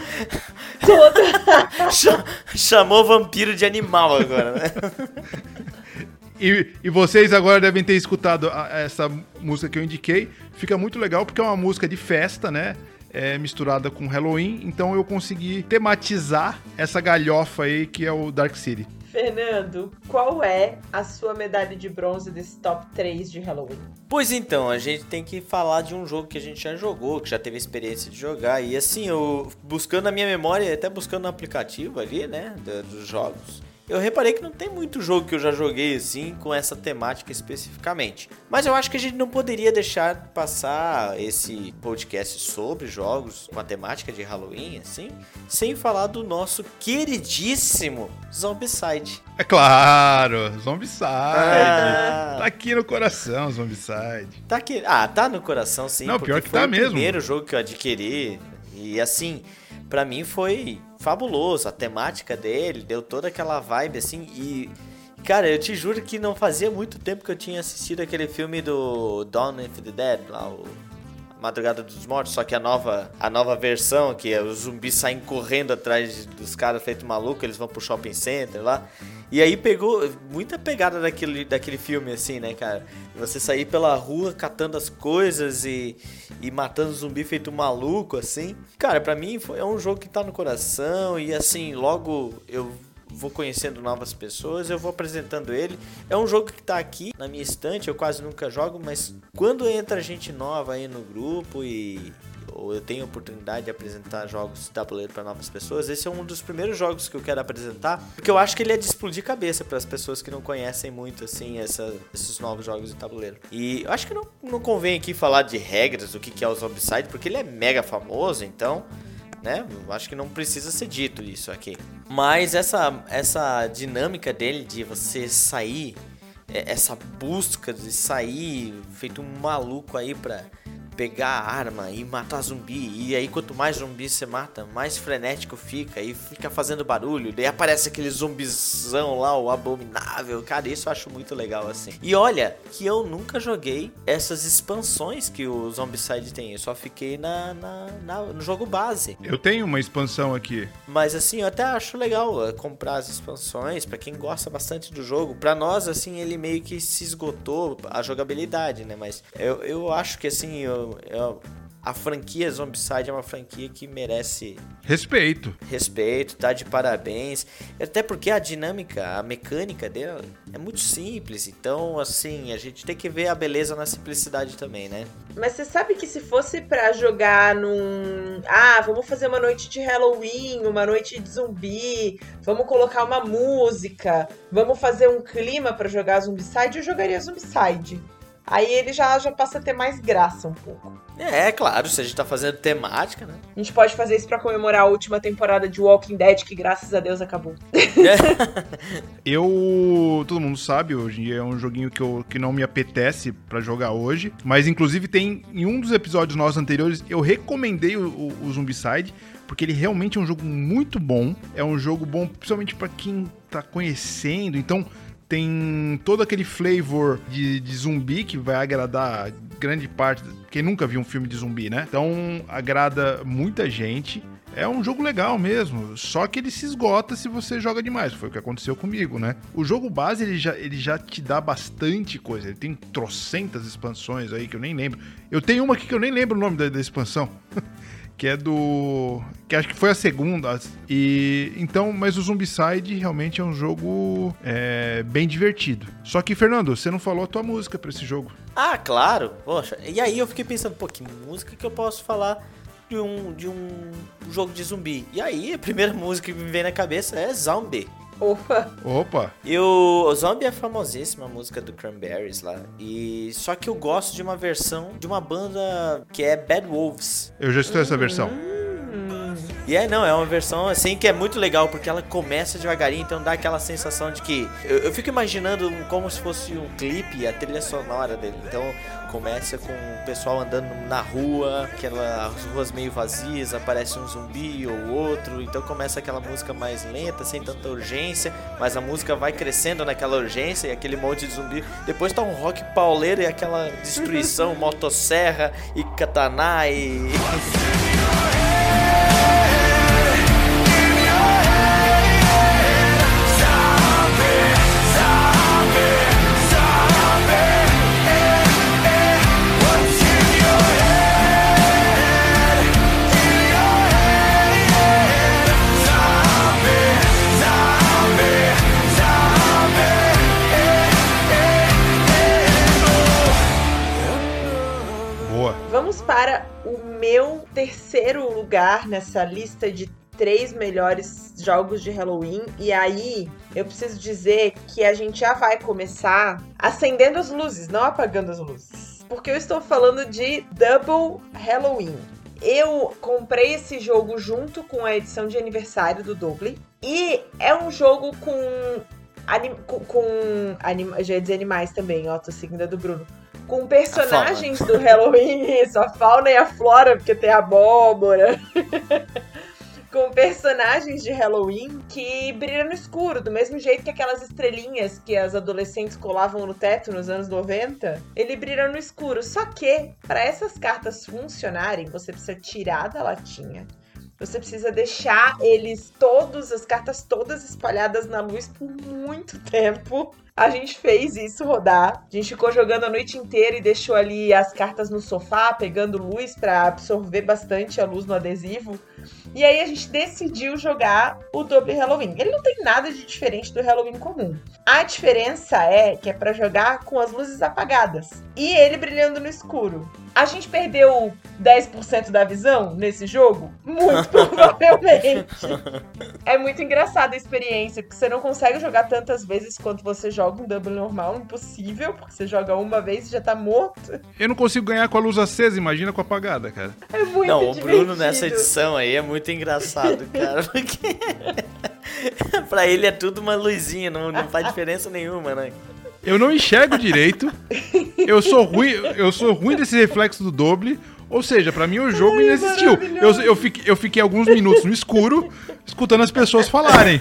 Toda... Chamou vampiro de animal agora, né? E, e vocês agora devem ter escutado a, essa música que eu indiquei. Fica muito legal porque é uma música de festa, né? É, misturada com Halloween. Então eu consegui tematizar essa galhofa aí que é o Dark City. Fernando, qual é a sua medalha de bronze desse top três de Halloween? Pois então, a gente tem que falar de um jogo que a gente já jogou, que já teve a experiência de jogar. E assim, eu buscando na minha memória, até buscando no aplicativo ali, né, dos jogos, eu reparei que não tem muito jogo que eu já joguei assim com essa temática especificamente. Mas eu acho que a gente não poderia deixar passar esse podcast sobre jogos com a temática de Halloween, assim, sem falar do nosso queridíssimo Zombicide. É claro, Zombicide. Ah. Tá aqui no coração, Zombicide. Tá aqui, ah, tá no coração sim. Não, porque pior que foi tá o mesmo. primeiro jogo que eu adquiri e assim, pra mim foi fabuloso, a temática dele, deu toda aquela vibe assim e, cara, eu te juro que não fazia muito tempo que eu tinha assistido aquele filme do Dawn of the Dead, lá o Madrugada dos Mortos, só que a nova, a nova versão, que os zumbis saem correndo atrás dos caras feito maluco, eles vão pro shopping center lá. E aí pegou muita pegada daquele, daquele filme, assim, né, cara? Você sair pela rua catando as coisas e, e matando zumbi feito maluco, assim. Cara, pra mim foi, é um jogo que tá no coração e, assim, logo eu vou conhecendo novas pessoas, eu vou apresentando ele. É um jogo que tá aqui na minha estante, eu quase nunca jogo, mas quando entra gente nova aí no grupo e... ou eu tenho a oportunidade de apresentar jogos de tabuleiro para novas pessoas, esse é um dos primeiros jogos que eu quero apresentar, porque eu acho que ele é de explodir cabeça para as pessoas que não conhecem muito, assim, essa, esses novos jogos de tabuleiro. E eu acho que não, não convém aqui falar de regras, do que, que é o Zombicide, porque ele é mega famoso, então, né, eu acho que não precisa ser dito isso aqui. Mas essa, essa dinâmica dele de você sair, essa busca de sair feito um maluco aí pra pegar a arma e matar zumbi, e aí quanto mais zumbi você mata, mais frenético fica, e fica fazendo barulho, daí aparece aquele zumbizão lá, o abominável, cara, isso eu acho muito legal, assim. E olha, que eu nunca joguei essas expansões que o Zombicide tem, eu só fiquei na, na, na, no jogo base. Eu tenho uma expansão aqui. Mas assim, eu até acho legal comprar as expansões, pra quem gosta bastante do jogo. Pra nós, assim, ele meio que se esgotou a jogabilidade, né, mas eu, eu acho que, assim, eu Eu, a franquia Zombicide é uma franquia que merece respeito. Respeito, tá de parabéns. Até porque a dinâmica, a mecânica dela é muito simples. Então, assim, a gente tem que ver a beleza na simplicidade também, né? Mas você sabe que se fosse pra jogar num... Ah, vamos fazer uma noite de Halloween, uma noite de zumbi, vamos colocar uma música, vamos fazer um clima pra jogar Zombicide, eu jogaria Zombicide. Aí ele já, já passa a ter mais graça um pouco. É, claro, se a gente tá fazendo temática, né? A gente pode fazer isso pra comemorar a última temporada de Walking Dead, que graças a Deus acabou. Eu... Todo mundo sabe, hoje em dia é um joguinho que, eu, que não me apetece pra jogar hoje. Mas, inclusive, tem em um dos episódios nossos anteriores, eu recomendei o, o, o Zombicide, porque ele realmente é um jogo muito bom. É um jogo bom, principalmente pra quem tá conhecendo. Então... tem todo aquele flavor de, de zumbi que vai agradar grande parte... Quem nunca viu um filme de zumbi, né? Então, agrada muita gente. É um jogo legal mesmo, só que ele se esgota se você joga demais. Foi o que aconteceu comigo, né? O jogo base, ele já, ele já te dá bastante coisa. Ele tem trocentas expansões aí que eu nem lembro. Eu tenho uma aqui que eu nem lembro o nome da, da expansão. Que é do... que acho que foi a segunda. E então, mas o Zombicide realmente é um jogo é, bem divertido. Só que, Fernando, você não falou a tua música pra esse jogo. Ah, claro. Poxa, e aí eu fiquei pensando, pô, que música que eu posso falar de um, de um jogo de zumbi? E aí, a primeira música que me vem na cabeça é Zombie. Opa! Opa! E o, o Zombie é famosíssima, a música do Cranberries lá. E só que eu gosto de uma versão de uma banda que é Bad Wolves. Eu já escutei essa versão. E é, não, é uma versão assim que é muito legal, porque ela começa devagarinho, então dá aquela sensação de que... Eu, eu fico imaginando como se fosse um clipe, a trilha sonora dele. Então começa com o pessoal andando na rua, aquelas ruas meio vazias, aparece um zumbi ou outro, então começa aquela música mais lenta, sem tanta urgência, mas a música vai crescendo naquela urgência e aquele monte de zumbi. Depois tá um rock pauleiro e aquela destruição, motosserra e katana e... Vamos para o meu terceiro lugar nessa lista de três melhores jogos de Halloween. E aí, eu preciso dizer que a gente já vai começar acendendo as luzes, não apagando as luzes. Porque eu estou falando de Double Halloween. Eu comprei esse jogo junto com a edição de aniversário do Double. E é um jogo com... Anim, com, com anim, já ia dizer animais também, ó, tô seguindo a do Bruno. Com personagens do Halloween, isso, a fauna e a flora, porque tem abóbora. Com personagens de Halloween que brilham no escuro, do mesmo jeito que aquelas estrelinhas que as adolescentes colavam no teto nos anos noventa, ele brilha no escuro. Só que, para essas cartas funcionarem, você precisa tirar da latinha. Você precisa deixar eles todos, as cartas todas espalhadas na luz por muito tempo. A gente fez isso rodar. A gente ficou jogando a noite inteira e deixou ali as cartas no sofá, pegando luz para absorver bastante a luz no adesivo. E aí a gente decidiu jogar o Double Halloween. Ele não tem nada de diferente do Halloween comum. A diferença é que é para jogar com as luzes apagadas e ele brilhando no escuro. A gente perdeu dez por cento da visão nesse jogo? Muito provavelmente. É muito engraçada a experiência, porque você não consegue jogar tantas vezes quanto você joga um Double normal. Impossível, porque você joga uma vez e já tá morto. Eu não consigo ganhar com a luz acesa, imagina com a apagada, cara. É muito Não, divertido. o Bruno nessa edição aí é muito engraçado, cara, porque pra ele é tudo uma luzinha, não, não faz diferença nenhuma, né? Eu não enxergo direito, eu sou ruim, eu sou ruim desse reflexo do Double, ou seja, pra mim o jogo Ai, não existiu. Eu, eu, fiquei, eu fiquei alguns minutos no escuro, escutando as pessoas falarem.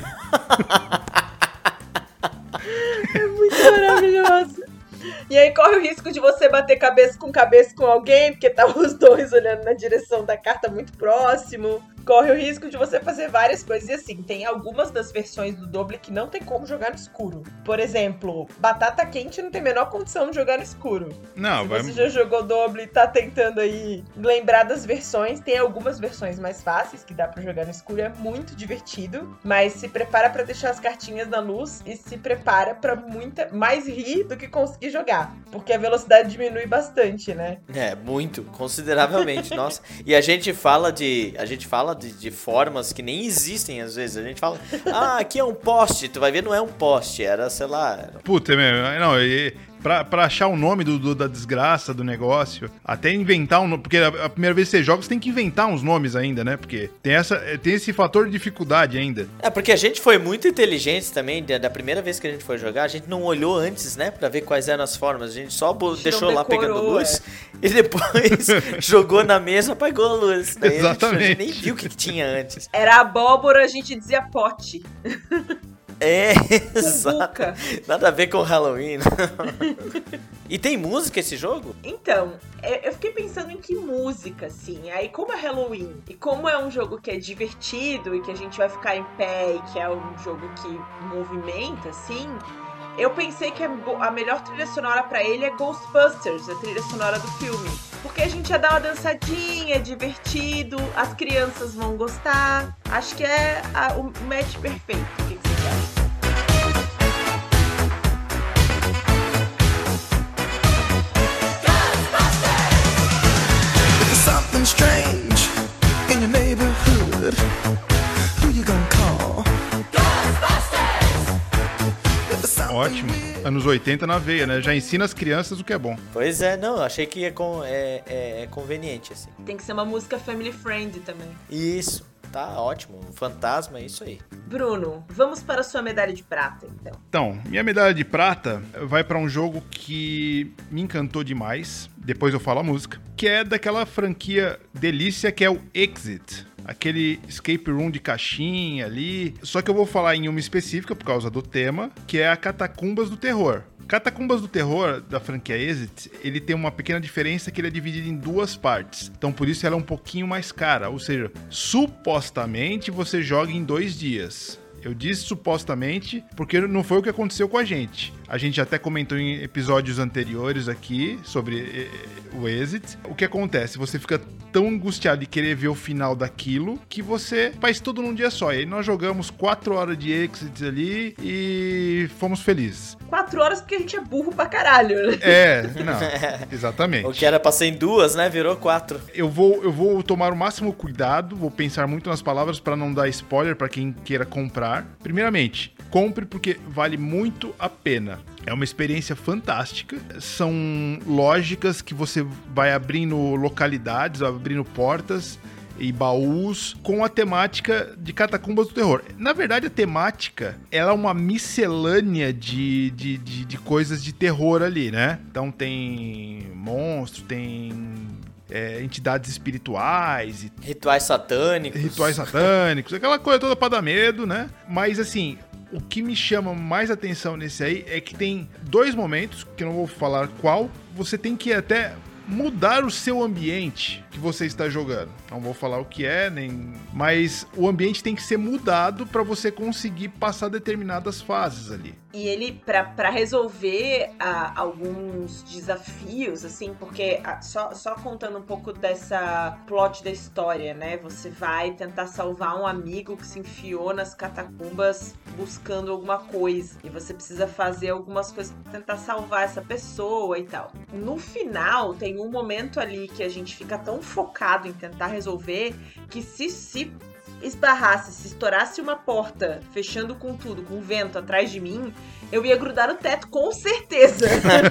É muito maravilhoso. E aí corre o risco de você bater cabeça com cabeça com alguém, porque tá os dois olhando na direção da carta muito próximo. Corre o risco de você fazer várias coisas. E assim, tem algumas das versões do Double que não tem como jogar no escuro. Por exemplo, batata quente não tem a menor condição de jogar no escuro. Não, Se vai... você já jogou Double e tá tentando aí lembrar das versões, tem algumas versões mais fáceis que dá pra jogar no escuro. É muito divertido, mas se prepara pra deixar as cartinhas na luz e se prepara pra muita mais rir do que conseguir jogar. Porque a velocidade diminui bastante, né? É, muito, consideravelmente, nossa. E a gente fala de... A gente fala De, de formas que nem existem às vezes. A gente fala, ah, aqui é um poste. Tu vai ver, não é um poste, era, sei lá... Era... Puta, meu, não, e, pra, pra achar o nome do, do, da desgraça do negócio, até inventar um nome, porque a, a primeira vez que você joga, você tem que inventar uns nomes ainda, né? Porque tem, essa, tem esse fator de dificuldade ainda. É, porque a gente foi muito inteligente também, da, da primeira vez que a gente foi jogar, a gente não olhou antes, né, pra ver quais eram as formas. A gente só bo- gente deixou lá decorou, pegando luz é. e depois jogou na mesa, apagou a luz. Daí Exatamente. A gente, a gente nem viu o que, que tinha antes. Era abóbora, a gente dizia pote. É, exato. Buca. Nada a ver com Halloween. E tem música esse jogo? Então, eu fiquei pensando em que música, assim. Aí, como é Halloween e como é um jogo que é divertido e que a gente vai ficar em pé e que é um jogo que movimenta, assim, eu pensei que a melhor trilha sonora pra ele é Ghostbusters, a trilha sonora do filme. Porque a gente ia dar uma dançadinha, é divertido, as crianças vão gostar. Acho que é a, o match perfeito. O que, que você acha? Something strange in your neighborhood. Who you gonna call? Ótimo. Anos oitenta na veia, né? Já ensina as crianças o que é bom. Pois é, não, achei que é, com, é, é, é conveniente, assim. Tem que ser uma música family friend também. Isso, tá ótimo. Um fantasma, é isso aí. Bruno, vamos para a sua medalha de prata, então. Então, minha medalha de prata vai pra um jogo que me encantou demais. Depois eu falo a música. Que é daquela franquia delícia que é o Exit. Aquele escape room de caixinha ali. Só que eu vou falar em uma específica por causa do tema, que é a Catacumbas do Terror. Catacumbas do Terror, da franquia Exit, ele tem uma pequena diferença que ele é dividido em duas partes. Então, por isso ela é um pouquinho mais cara. Ou seja, supostamente você joga em dois dias. Eu disse supostamente porque não foi o que aconteceu com a gente. A gente até comentou em episódios anteriores aqui sobre eh, o Exit. O que acontece? Você fica tão angustiado de querer ver o final daquilo que você faz tudo num dia só. E aí nós jogamos quatro horas de Exit ali e fomos felizes. Quatro horas porque a gente é burro pra caralho, né? É, não, exatamente. O que era pra ser em duas, né? Virou quatro. Eu vou, eu vou tomar o máximo cuidado, vou pensar muito nas palavras para não dar spoiler para quem queira comprar. Primeiramente, compre porque vale muito a pena. É uma experiência fantástica. São lógicas que você vai abrindo localidades, abrindo portas e baús com a temática de Catacumbas do Terror. Na verdade, a temática ela é uma miscelânea de, de, de, de coisas de terror ali, né? Então tem monstro, tem é, entidades espirituais. E rituais satânicos. Rituais satânicos, aquela coisa toda pra dar medo, né? Mas assim, o que me chama mais atenção nesse aí é que tem dois momentos, que eu não vou falar qual, você tem que até mudar o seu ambiente que você está jogando. Não vou falar o que é, nem... mas o ambiente tem que ser mudado para você conseguir passar determinadas fases ali. E ele, pra, pra resolver ah, alguns desafios, assim, porque ah, só, só contando um pouco dessa plot da história, né? Você vai tentar salvar um amigo que se enfiou nas catacumbas buscando alguma coisa. E você precisa fazer algumas coisas pra tentar salvar essa pessoa e tal. No final, tem um momento ali que a gente fica tão focado em tentar resolver que se... se esbarrasse, se estourasse uma porta, fechando com tudo, com vento atrás de mim, eu ia grudar no teto, com certeza.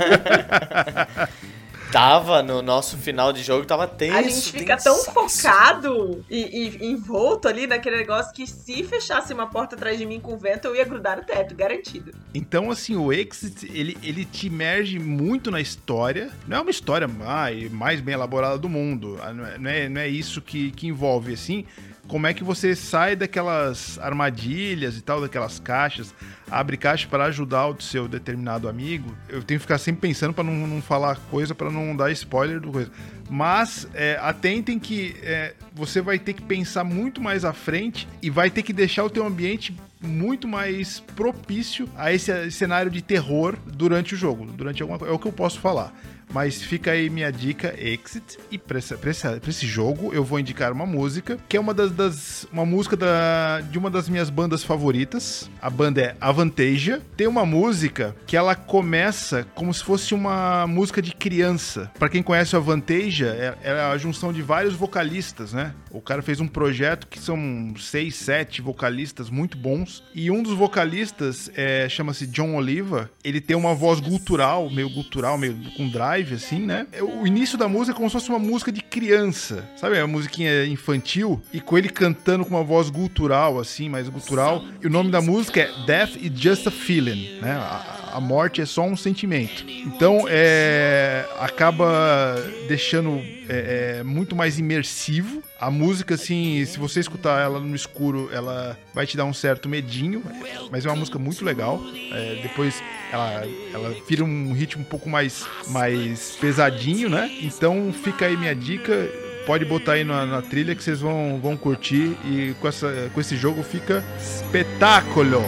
Tava no nosso final de jogo, tava tenso. A gente fica tão focado e, e envolto ali naquele negócio que se fechasse uma porta atrás de mim com vento, eu ia grudar no teto, garantido. Então, assim, o Exit, ele, ele te imerge muito na história. Não é uma história mais, mais bem elaborada do mundo. Não é, não é, não é isso que, que envolve, assim... Como é que você sai daquelas armadilhas e tal, daquelas caixas, abre caixa para ajudar o seu determinado amigo. Eu tenho que ficar sempre pensando para não, não falar coisa, para não dar spoiler do coisa. Mas é, atentem que é, você vai ter que pensar muito mais à frente e vai ter que deixar o teu ambiente muito mais propício a esse cenário de terror durante o jogo, durante alguma coisa. É o que eu posso falar. Mas fica aí minha dica, Exit. E pra esse, pra, esse, pra esse jogo eu vou indicar uma música, que é uma das, das uma música da, de uma das minhas bandas favoritas. A banda é Avantasia. Tem uma música que ela começa como se fosse uma música de criança. Pra quem conhece o Avantasia, é, é a junção de vários vocalistas, né? O cara fez um projeto que são seis, sete vocalistas muito bons. E um dos vocalistas é, chama-se John Oliva. Ele tem uma voz gutural, meio gutural, meio com drive, assim, né? O início da música é como se fosse uma música de criança, sabe? É uma musiquinha infantil e com ele cantando com uma voz gutural, assim, mais gutural. E o nome da música é Death is Just a Feeling, né? A, a morte é só um sentimento. Então, é, acaba deixando é, é, muito mais imersivo. A música, assim, se você escutar ela no escuro, ela vai te dar um certo medinho, mas é uma música muito legal. É, depois ela, ela vira um ritmo um pouco mais, mais pesadinho, né? Então fica aí minha dica. Pode botar aí na, na trilha que vocês vão, vão curtir. E com, essa, com esse jogo fica espetáculo!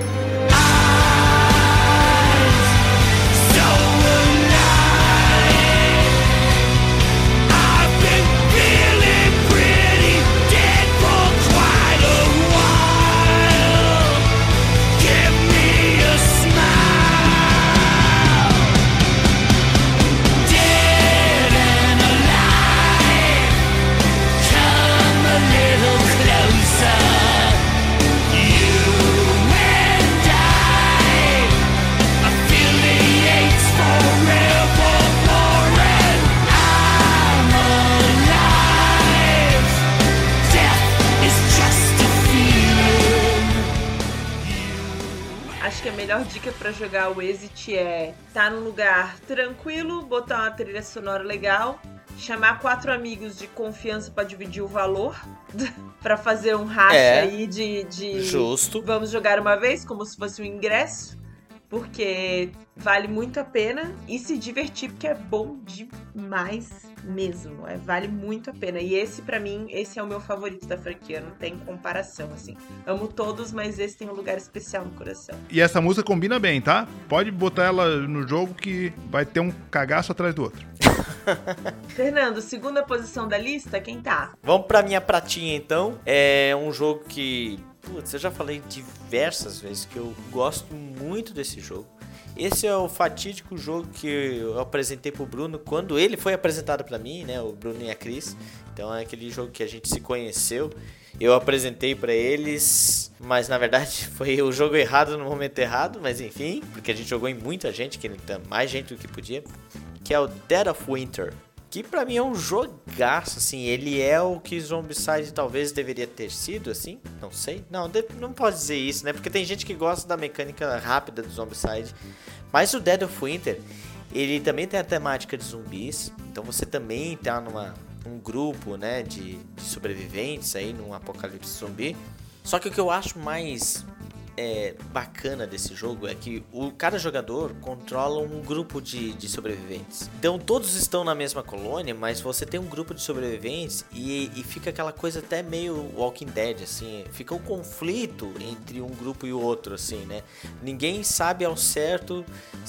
A melhor dica pra jogar o Exit é estar num lugar tranquilo, botar uma trilha sonora legal, chamar quatro amigos de confiança pra dividir o valor, pra fazer um racha é, aí de, de... Justo. Vamos jogar uma vez, como se fosse um ingresso. porque vale muito a pena e se divertir, porque é bom demais mesmo. É, vale muito a pena. E esse, pra mim, esse é o meu favorito da franquia. Não tem comparação, assim. Amo todos, mas esse tem um lugar especial no coração. E essa música combina bem, tá? Pode botar ela no jogo que vai ter um cagaço atrás do outro. Fernando, segunda posição da lista, quem tá? Vamos pra minha pratinha, então. É um jogo que... Putz, eu já falei diversas vezes que eu gosto muito desse jogo. Esse é o fatídico jogo que eu apresentei pro Bruno quando ele foi apresentado pra mim, né? O Bruno e a Cris. Então é aquele jogo que a gente se conheceu. Eu apresentei pra eles, mas na verdade foi o jogo errado no momento errado. Mas enfim, porque a gente jogou em muita gente, que mais gente do que podia. Que é o Dead of Winter. Que pra mim é um jogaço, assim, ele é o que Zombicide talvez deveria ter sido, assim, não sei. Não, não pode dizer isso, né, porque tem gente que gosta da mecânica rápida do Zombicide. Mas o Dead of Winter, ele também tem a temática de zumbis, então você também tá numa, num grupo, né, de, de sobreviventes aí, num apocalipse zumbi. Só que o que eu acho mais... É, bacana desse jogo é que o, cada jogador controla um grupo de, de sobreviventes. Então todos estão na mesma colônia, mas você tem um grupo de sobreviventes e, e fica aquela coisa até meio Walking Dead, assim. Fica um conflito entre um grupo e o outro, assim, né? Ninguém sabe ao certo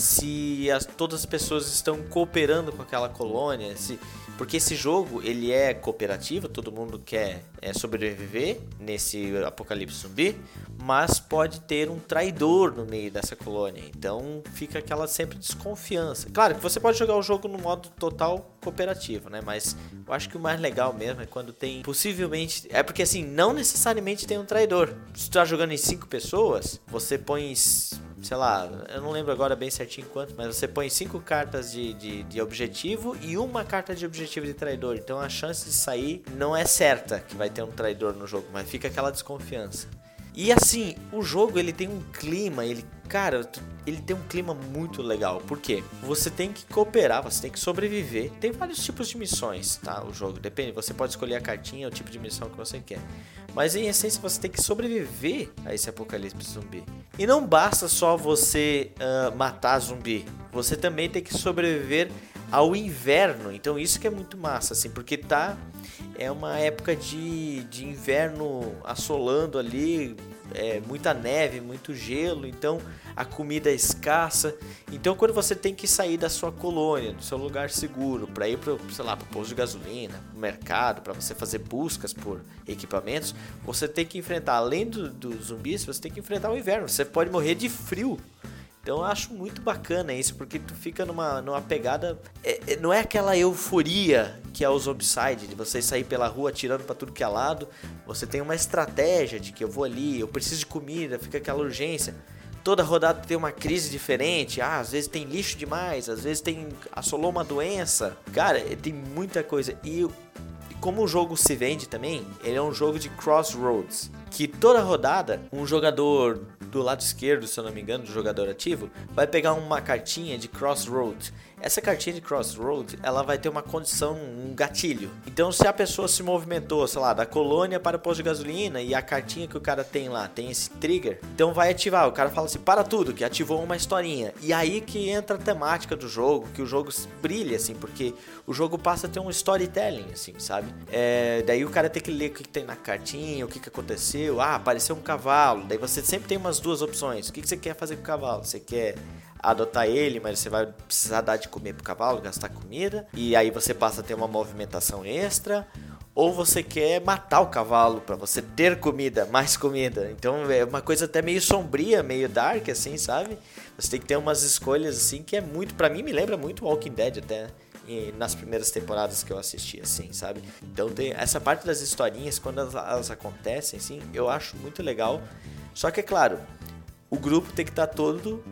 se as, todas as pessoas estão cooperando com aquela colônia, se... Porque esse jogo, ele é cooperativo, todo mundo quer é, sobreviver nesse apocalipse zumbi, mas pode ter um traidor no meio dessa colônia, então fica aquela sempre desconfiança. Claro que você pode jogar o jogo no modo total cooperativo, né? Mas eu acho que o mais legal mesmo é quando tem, possivelmente, é porque assim, não necessariamente tem um traidor. Se tu tá jogando em cinco pessoas, você põe... sei lá, eu não lembro agora bem certinho quanto, mas você põe cinco cartas de, de, de objetivo e uma carta de objetivo de traidor. Então a chance de sair não é certa que vai ter um traidor no jogo, mas fica aquela desconfiança. E assim, o jogo ele tem um clima, ele, cara, ele tem um clima muito legal. Por quê? Você tem que cooperar, você tem que sobreviver. Tem vários tipos de missões, tá? O jogo depende, você pode escolher a cartinha, o tipo de missão que você quer. Mas em essência você tem que sobreviver a esse apocalipse zumbi. E não basta só você uh, matar zumbi, você também tem que sobreviver ao inverno. Então isso que é muito massa, assim, porque tá... É uma época de, de inverno assolando ali, é, muita neve, muito gelo, então a comida é escassa. Então quando você tem que sair da sua colônia, do seu lugar seguro, para ir para, sei lá, para o posto de gasolina, pro mercado, para você fazer buscas por equipamentos, você tem que enfrentar, além dos do zumbis, você tem que enfrentar o inverno. Você pode morrer de frio. Então eu acho muito bacana isso, porque tu fica numa, numa pegada... É, é, não é aquela euforia que é o Zombicide, de você sair pela rua atirando pra tudo que é lado. Você tem uma estratégia de que eu vou ali, eu preciso de comida, fica aquela urgência. Toda rodada tem uma crise diferente, ah, às vezes tem lixo demais, às vezes tem assolou uma doença. Cara, tem muita coisa. E como o jogo se vende também, ele é um jogo de crossroads, que toda rodada um jogador do lado esquerdo, se eu não me engano, do jogador ativo, vai pegar uma cartinha de crossroads. Essa cartinha de crossroads, ela vai ter uma condição, um gatilho. Então se a pessoa se movimentou, sei lá, da colônia para o posto de gasolina e a cartinha que o cara tem lá tem esse trigger, então vai ativar. O cara fala assim, para tudo, que ativou uma historinha. E aí que entra a temática do jogo, que o jogo brilha, assim, porque o jogo passa a ter um storytelling, assim, sabe? É, daí o cara tem que ler o que tem na cartinha, o que, que aconteceu. Ah, apareceu um cavalo. Daí você sempre tem umas duas opções. O que, que você quer fazer com o cavalo? Você quer adotar ele, mas você vai precisar dar de comer pro cavalo, gastar comida, e aí você passa a ter uma movimentação extra, ou você quer matar o cavalo para você ter comida, mais comida. Então é uma coisa até meio sombria, meio dark, assim, sabe? Você tem que ter umas escolhas assim que é muito, para mim me lembra muito Walking Dead até, nas primeiras temporadas que eu assisti, assim, sabe? Então tem essa parte das historinhas, quando elas, elas acontecem, assim, eu acho muito legal. Só que é claro, o grupo tem que estar todo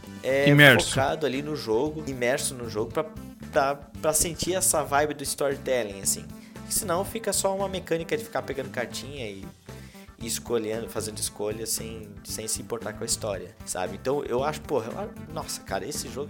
É, imerso. focado ali no jogo, imerso no jogo, pra, pra, pra sentir essa vibe do storytelling, assim. Senão fica só uma mecânica de ficar pegando cartinha e, e escolhendo, fazendo escolhas sem, sem se importar com a história, sabe? Então eu acho, porra, eu, nossa, cara, esse jogo é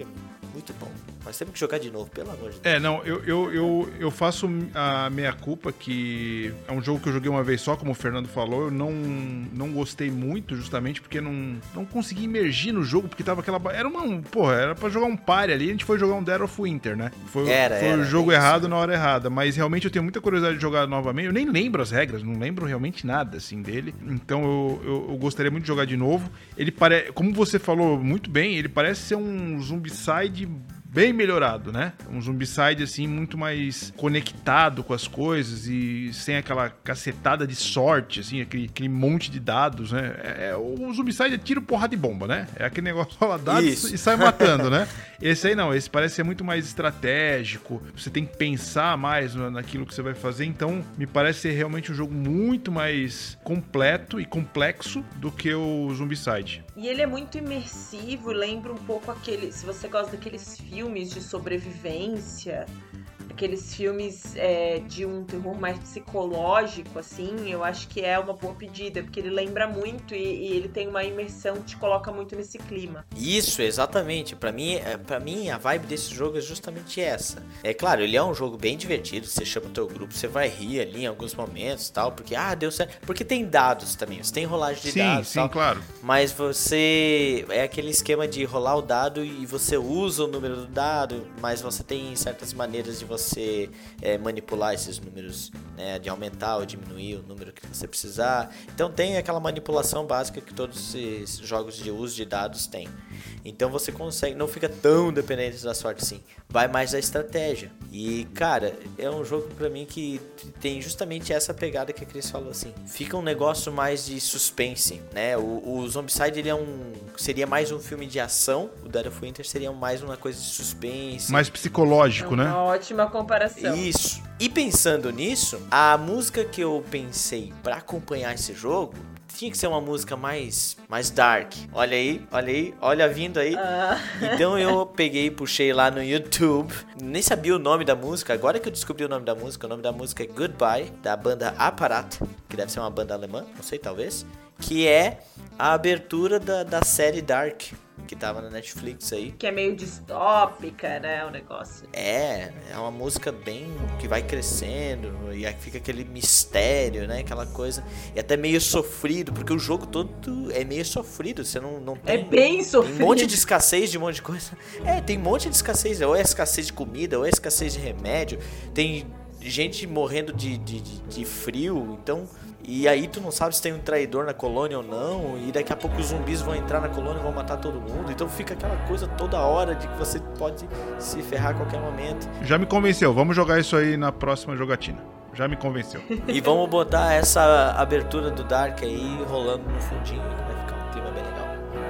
muito bom. Nós temos que jogar de novo, pelo amor de Deus. É, não, eu, eu, eu, eu faço a meia-culpa que é um jogo que eu joguei uma vez só, como o Fernando falou, eu não, não gostei muito, justamente porque não, não consegui imergir no jogo, porque tava aquela... Era uma... Porra, era pra jogar um party ali, a gente foi jogar um Dead of Winter, né? Foi, era, foi era, o jogo é errado isso. na hora errada, mas realmente eu tenho muita curiosidade de jogar novamente, eu nem lembro as regras, não lembro realmente nada, assim, dele, então eu, eu, eu gostaria muito de jogar de novo. Ele parece, como você falou muito bem, ele parece ser um Zombicide bem melhorado, né? Um Zombicide, assim, muito mais conectado com as coisas e sem aquela cacetada de sorte, assim, aquele, aquele monte de dados, né? É, o Zombicide é tiro, porrada e bomba, né? É aquele negócio, rola dados Isso. e sai matando, né? Esse aí não, esse parece ser muito mais estratégico, você tem que pensar mais naquilo que você vai fazer, então me parece ser realmente um jogo muito mais completo e complexo do que o Zombicide. E ele é muito imersivo, lembra um pouco aquele, se você gosta daqueles filmes de sobrevivência, aqueles filmes é, de um terror mais psicológico, assim, eu acho que é uma boa pedida, porque ele lembra muito e, e ele tem uma imersão que te coloca muito nesse clima. Isso, exatamente. Pra mim, pra mim, a vibe desse jogo é justamente essa. É claro, ele é um jogo bem divertido, você chama o teu grupo, você vai rir ali em alguns momentos e tal, porque, ah, deu certo. Porque tem dados também, você tem rolagem de sim, dados sim, e tal. Sim, claro. Mas você... É aquele esquema de rolar o dado e você usa o número do dado, mas você tem certas maneiras de você você é, manipular esses números, né, de aumentar ou diminuir o número que você precisar. Então tem aquela manipulação básica que todos esses jogos de uso de dados têm. Então você consegue, não fica tão dependente da sorte assim, vai mais da estratégia. E cara, é um jogo pra mim que tem justamente essa pegada que a Cris falou assim, fica um negócio mais de suspense, né? O, o Zombicide ele é um, seria mais um filme de ação, o Dead of Winter seria mais uma coisa de suspense. Mais psicológico, é né? Uma ótima comparação. Isso. E pensando nisso, a música que eu pensei pra acompanhar esse jogo tinha que ser uma música mais, mais dark. Olha aí, olha aí, olha vindo aí. Ah. Então eu peguei e puxei lá no YouTube. Nem sabia o nome da música. Agora que eu descobri o nome da música, o nome da música é Goodbye, da banda Apparat, que deve ser uma banda alemã, não sei, talvez. Que é a abertura da, da série Dark, que tava na Netflix aí. Que é meio distópica, né, o negócio. É, é uma música bem que vai crescendo e aí fica aquele mistério, né, aquela coisa. E até meio sofrido, porque o jogo todo é meio sofrido, você não, não tem... É bem sofrido. Tem um monte de escassez de um monte de coisa. É, tem um monte de escassez, ou é escassez de comida, ou é escassez de remédio. Tem gente morrendo de, de, de, de frio, então... E aí tu não sabe se tem um traidor na colônia ou não, e daqui a pouco os zumbis vão entrar na colônia e vão matar todo mundo. Então fica aquela coisa toda hora de que você pode se ferrar a qualquer momento. Já me convenceu, vamos jogar isso aí na próxima jogatina. Já me convenceu. E vamos botar essa abertura do Dark aí rolando no fundinho, que vai ficar um clima bem legal.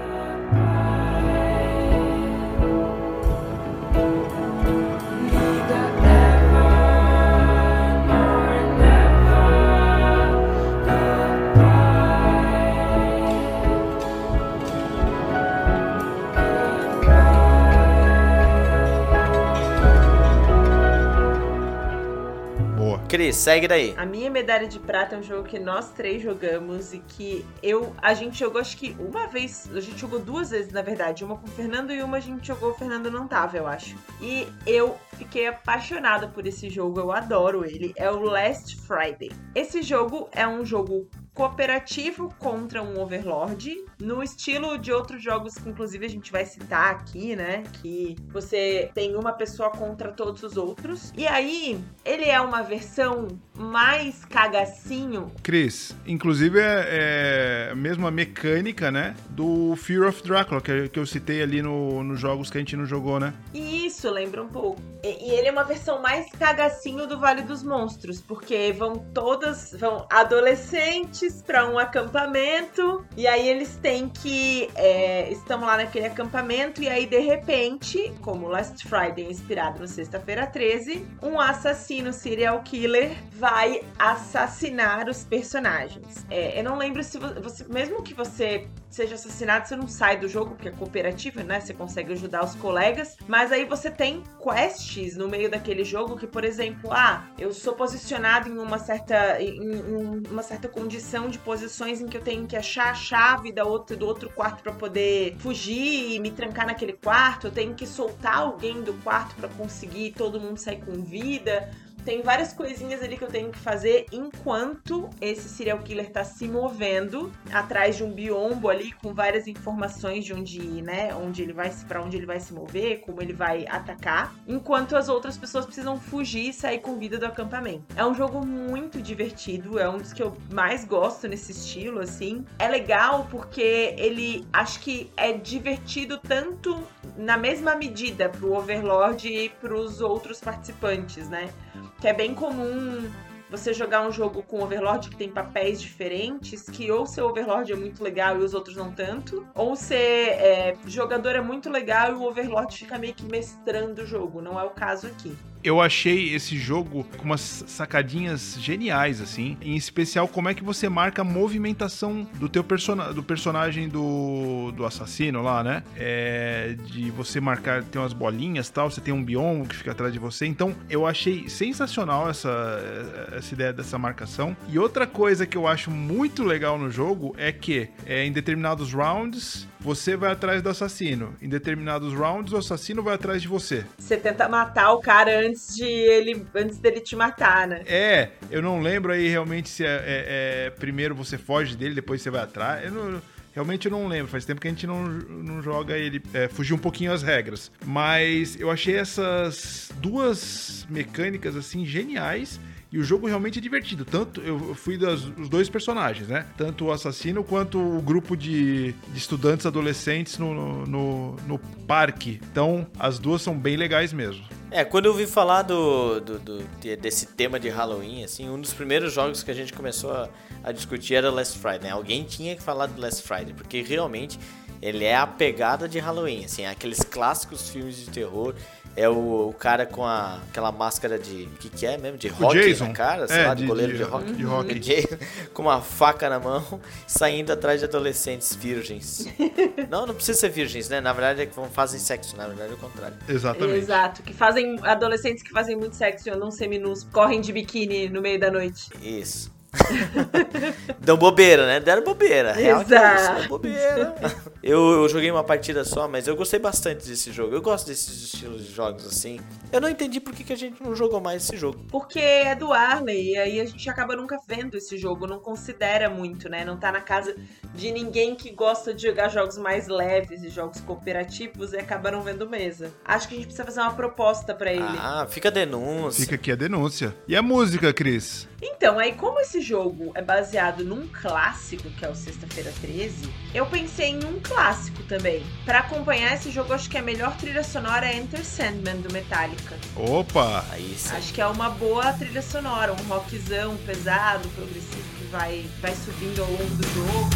Cris, segue daí. A minha medalha de prata é um jogo que nós três jogamos e que eu, a gente jogou acho que uma vez, a gente jogou duas vezes na verdade, uma com o Fernando e uma a gente jogou, o Fernando não tava, eu acho. E eu fiquei apaixonada por esse jogo, eu adoro ele, é o Last Friday. Esse jogo é um jogo cooperativo contra um overlord, no estilo de outros jogos que inclusive a gente vai citar aqui, né? Que você tem uma pessoa contra todos os outros. E aí, ele é uma versão mais cagacinho. Cris, inclusive é, é a mesma mecânica, né? Do Fear of Drácula, que, que eu citei ali no, nos jogos que a gente não jogou, né? Isso, lembra um pouco. E, e ele é uma versão mais cagacinho do Vale dos Monstros, porque vão todas, vão adolescentes para um acampamento, e aí eles têm que é, estão lá naquele acampamento, e aí de repente, como Last Friday é inspirado no Sexta-feira treze, um assassino serial killer vai vai assassinar os personagens. É, eu não lembro se você, mesmo que você seja assassinado, você não sai do jogo, porque é cooperativo, né? Você consegue ajudar os colegas, mas aí você tem quests no meio daquele jogo que, por exemplo, ah, eu sou posicionado em uma certa, em, em uma certa condição de posições em que eu tenho que achar a chave da outra, do outro quarto para poder fugir e me trancar naquele quarto, eu tenho que soltar alguém do quarto para conseguir todo mundo sair com vida. Tem várias coisinhas ali que eu tenho que fazer enquanto esse serial killer tá se movendo atrás de um biombo ali com várias informações de onde ir, né? Onde ele vai, pra onde ele vai se mover, como ele vai atacar, enquanto as outras pessoas precisam fugir e sair com vida do acampamento. É um jogo muito divertido, é um dos que eu mais gosto nesse estilo, assim. É legal porque ele, acho que é divertido tanto na mesma medida pro Overlord e pros outros participantes, né? Que é bem comum você jogar um jogo com Overlord que tem papéis diferentes, que ou seu Overlord é muito legal e os outros não tanto, ou ser é, jogador é muito legal e o Overlord fica meio que mestrando o jogo. Não é o caso aqui. Eu achei esse jogo com umas sacadinhas geniais, assim. Em especial, como é que você marca a movimentação do teu persona- do personagem do, do assassino lá, né? É, de você marcar, tem umas bolinhas e tal, você tem um biombo que fica atrás de você. Então, eu achei sensacional essa, essa ideia dessa marcação. E outra coisa que eu acho muito legal no jogo é que, é, em determinados rounds, você vai atrás do assassino. Em determinados rounds, o assassino vai atrás de você. Você tenta matar o cara antes de ele, antes dele te matar, né? É, eu não lembro aí realmente se é, é, é primeiro você foge dele, depois você vai atrás. Eu não, realmente eu não lembro, faz tempo que a gente não, não joga ele. É, fugiu um pouquinho as regras. Mas eu achei essas duas mecânicas assim geniais. E o jogo realmente é divertido. Tanto eu fui dos os dois personagens, né? Tanto o assassino quanto o grupo de, de estudantes adolescentes no, no, no parque. Então, as duas são bem legais mesmo. É, quando eu ouvi falar do, do, do, desse tema de Halloween, assim, um dos primeiros jogos que a gente começou a, a discutir era Last Friday, né? Alguém tinha que falar do Last Friday, porque realmente ele é a pegada de Halloween, assim, aqueles clássicos filmes de terror. É o, o cara com a, aquela máscara de... O que que é mesmo? De rock na cara? Sei é, lá, de, de goleiro de, de rock. De rock. Jason, com uma faca na mão, saindo atrás de adolescentes virgens. Não, não precisa ser virgens, né? Na verdade é que fazem sexo, na verdade é o contrário. Exatamente. Exato, que fazem... Adolescentes que fazem muito sexo ou não seminus, correm de biquíni no meio da noite. Isso. Dão bobeira, né? Deram bobeira. Real que é isso, deu bobeira. Eu, eu joguei uma partida só, mas eu gostei bastante desse jogo. Eu gosto desses estilos de jogos assim. Eu não entendi por que, que a gente não jogou mais esse jogo. Porque é do Arley, e aí a gente acaba nunca vendo esse jogo, não considera muito, né? Não tá na casa de ninguém que gosta de jogar jogos mais leves e jogos cooperativos e acaba não vendo mesa. Acho que a gente precisa fazer uma proposta pra ele. Ah, fica a denúncia. Fica aqui a denúncia. E a música, Cris? Então, aí como esse jogo é baseado num clássico, que é o Sexta-feira treze, eu pensei em um clássico também. Pra acompanhar esse jogo, acho que a melhor trilha sonora é Enter Sandman, do Metallica. Opa! Aí sim. Acho que é uma boa trilha sonora, um rockzão pesado, progressivo, que vai, vai subindo ao longo do jogo.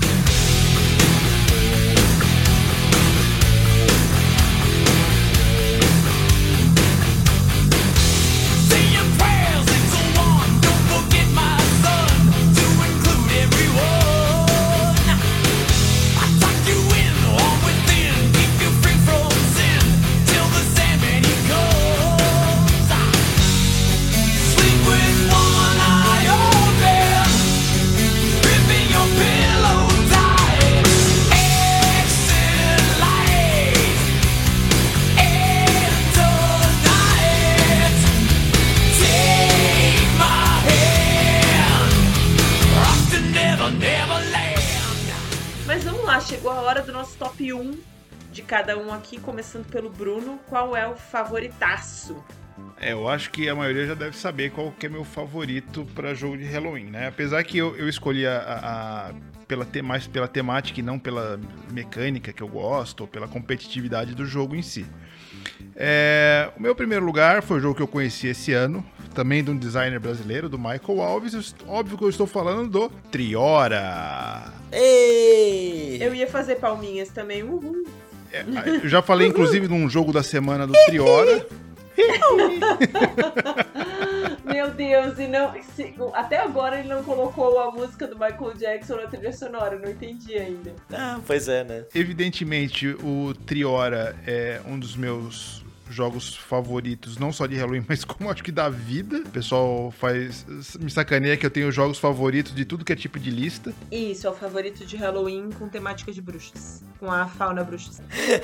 Chegou a hora do nosso top um de cada um aqui, começando pelo Bruno. Qual é o favoritaço? É, eu acho que a maioria já deve saber qual que é meu favorito para jogo de Halloween, né? Apesar que eu, eu escolhi a, a, a pela te, mais pela temática e não pela mecânica que eu gosto, ou pela competitividade do jogo em si. É, o meu primeiro lugar foi o jogo que eu conheci esse ano, também de um designer brasileiro, do Michael Alves. Óbvio que eu estou falando do Triora. Ei! Eu ia fazer palminhas também, uhul. É, eu já falei, inclusive, num jogo da semana do Triora. Meu Deus, e não. Se, até agora ele não colocou a música do Michael Jackson na trilha sonora, não entendi ainda. Ah, pois é, né? Evidentemente, o Triora é um dos meus jogos favoritos, não só de Halloween, mas como acho que da vida. O pessoal faz me sacaneia que eu tenho jogos favoritos de tudo que é tipo de lista. Isso, é o favorito de Halloween com temática de bruxas, com a fauna bruxas.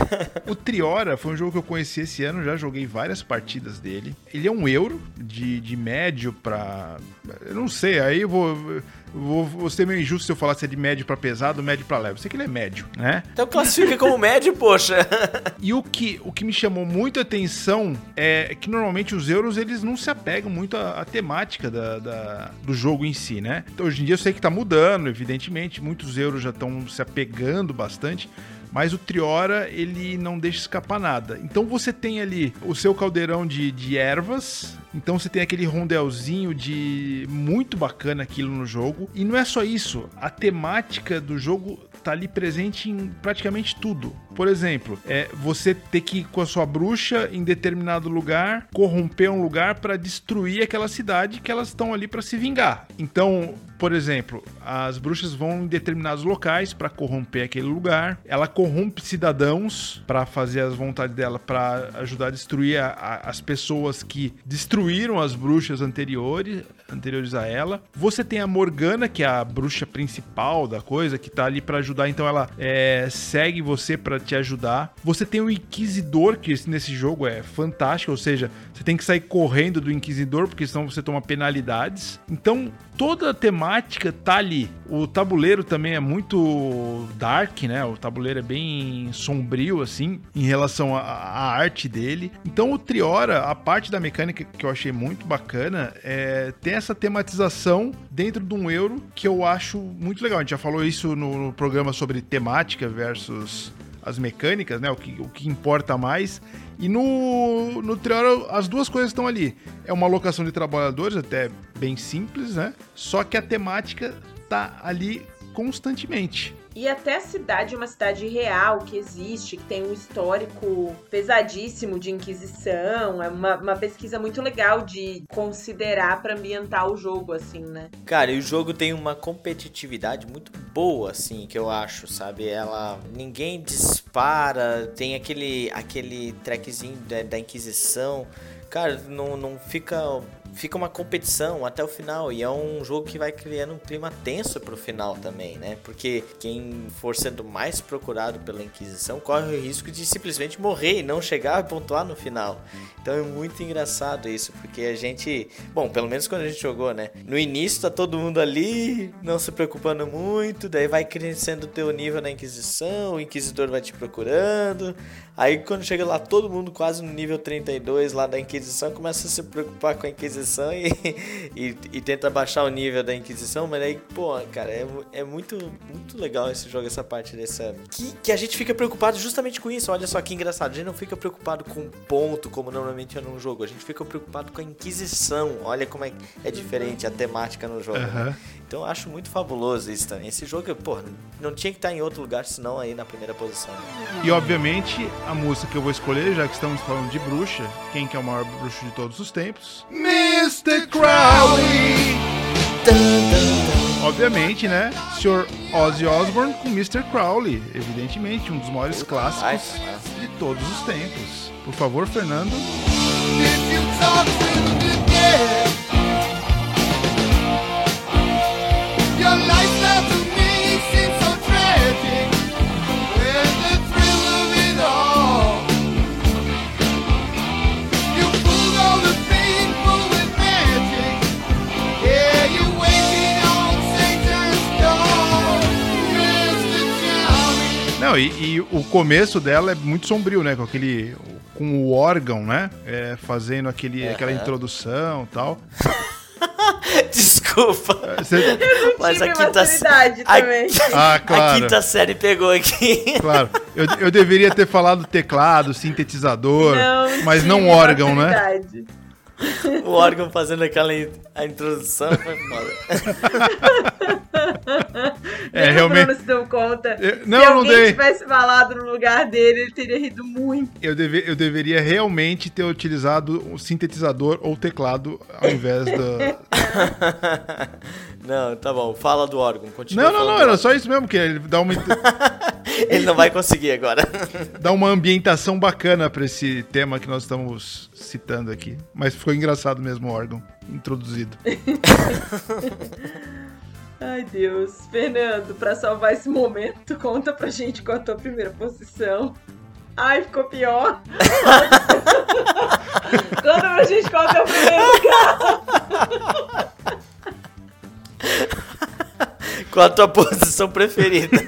O Triora foi um jogo que eu conheci esse ano, já joguei várias partidas dele. Ele é um euro, de, de médio pra... Eu não sei, aí eu vou... Vou, vou ser meio injusto se eu falar se é de médio pra pesado, médio pra leve. Eu sei que ele é médio, né? Então classifica como médio, poxa. E o que, o que me chamou muito a atenção é que normalmente os euros, eles não se apegam muito à, à temática da, da, do jogo em si, né? Então, hoje em dia eu sei que tá mudando, evidentemente. Muitos euros já estão se apegando bastante. Mas o Triora, ele não deixa escapar nada. Então você tem ali o seu caldeirão de, de ervas. Então você tem aquele rondelzinho de... muito bacana aquilo no jogo. E não é só isso. A temática do jogo tá ali presente em praticamente tudo. Por exemplo, é você ter que ir com a sua bruxa em determinado lugar, corromper um lugar para destruir aquela cidade que elas estão ali para se vingar. Então, por exemplo, as bruxas vão em determinados locais para corromper aquele lugar. Ela corrompe cidadãos para fazer as vontades dela, para ajudar a destruir a, a, as pessoas que destruíram as bruxas anteriores, anteriores a ela. Você tem a Morgana, que é a bruxa principal da coisa, que tá ali para ajudar. Então ela é, segue você para te ajudar. Você tem o Inquisidor, que nesse jogo é fantástico, ou seja, você tem que sair correndo do Inquisidor, porque senão você toma penalidades. Então, toda a temática tá ali. O tabuleiro também é muito dark, né? O tabuleiro é bem sombrio, assim, em relação à arte dele. Então, o Triora, a parte da mecânica que eu achei muito bacana, é ter essa tematização dentro de um euro, que eu acho muito legal. A gente já falou isso no, no programa sobre temática versus as mecânicas, né? O que, o que importa mais. E no, no Triora as duas coisas estão ali. É uma alocação de trabalhadores, até bem simples, né? Só que a temática tá ali constantemente. E até a cidade é uma cidade real que existe, que tem um histórico pesadíssimo de Inquisição. É uma, uma pesquisa muito legal de considerar para ambientar o jogo, assim, né? Cara, e o jogo tem uma competitividade muito boa, assim, que eu acho, sabe? Ela... Ninguém dispara, tem aquele, aquele trackzinho da, da Inquisição. Cara, não, não fica... Fica uma competição até o final, e é um jogo que vai criando um clima tenso pro final também, né? Porque quem for sendo mais procurado pela Inquisição corre o risco de simplesmente morrer e não chegar a pontuar no final. Então é muito engraçado isso, porque a gente... Bom, pelo menos quando a gente jogou, né? No início tá todo mundo ali, não se preocupando muito, daí vai crescendo o teu nível na Inquisição, o Inquisidor vai te procurando... Aí quando chega lá todo mundo quase no nível trinta e dois lá da Inquisição, começa a se preocupar com a Inquisição e, e, e tenta baixar o nível da Inquisição, mas aí, pô, cara, é, é muito, muito legal esse jogo, essa parte dessa... Que, que a gente fica preocupado justamente com isso, olha só que engraçado, a gente não fica preocupado com ponto, como normalmente é num jogo, a gente fica preocupado com a Inquisição, olha como é, é diferente a temática no jogo, uhum. né? Então eu acho muito fabuloso isso também. Esse jogo, pô, não tinha que estar em outro lugar, senão aí na primeira posição. E obviamente, a música que eu vou escolher, já que estamos falando de bruxa, quem que é o maior bruxo de todos os tempos? mister Crowley! Obviamente, né? senhor Ozzy Osbourne com mister Crowley, evidentemente, um dos maiores clássicos Ai, ai. de todos os tempos. Por favor, Fernando. Não, e, e o começo dela é muito sombrio, né? Com aquele... com o órgão, né? É, fazendo aquele, uhum. aquela introdução e tal. Desculpa. Você... Mas a quinta série também. Ah, claro. A quinta série pegou aqui. Claro. Eu, eu deveria ter falado teclado, sintetizador, não, mas não órgão, né? O órgão fazendo aquela in- a introdução foi foda. É, Nem realmente- o Bruno se deu conta. Eu- Se não, não alguém dei. tivesse falado no lugar dele, ele teria rido muito. Eu, deve, eu deveria realmente ter utilizado o sintetizador ou teclado ao invés da. Não, tá bom. Fala do órgão. Continua Não, não, falando não, do era órgão. só isso mesmo, que ele dá uma, Ele não vai conseguir agora. dá uma ambientação bacana pra esse tema que nós estamos citando aqui. Mas ficou engraçado mesmo o órgão introduzido. Ai, Deus. Fernando, pra salvar esse momento, conta pra gente qual a tua primeira posição. Ai, ficou pior. Conta pra gente qual é o primeiro lugar. Qual a tua posição preferida?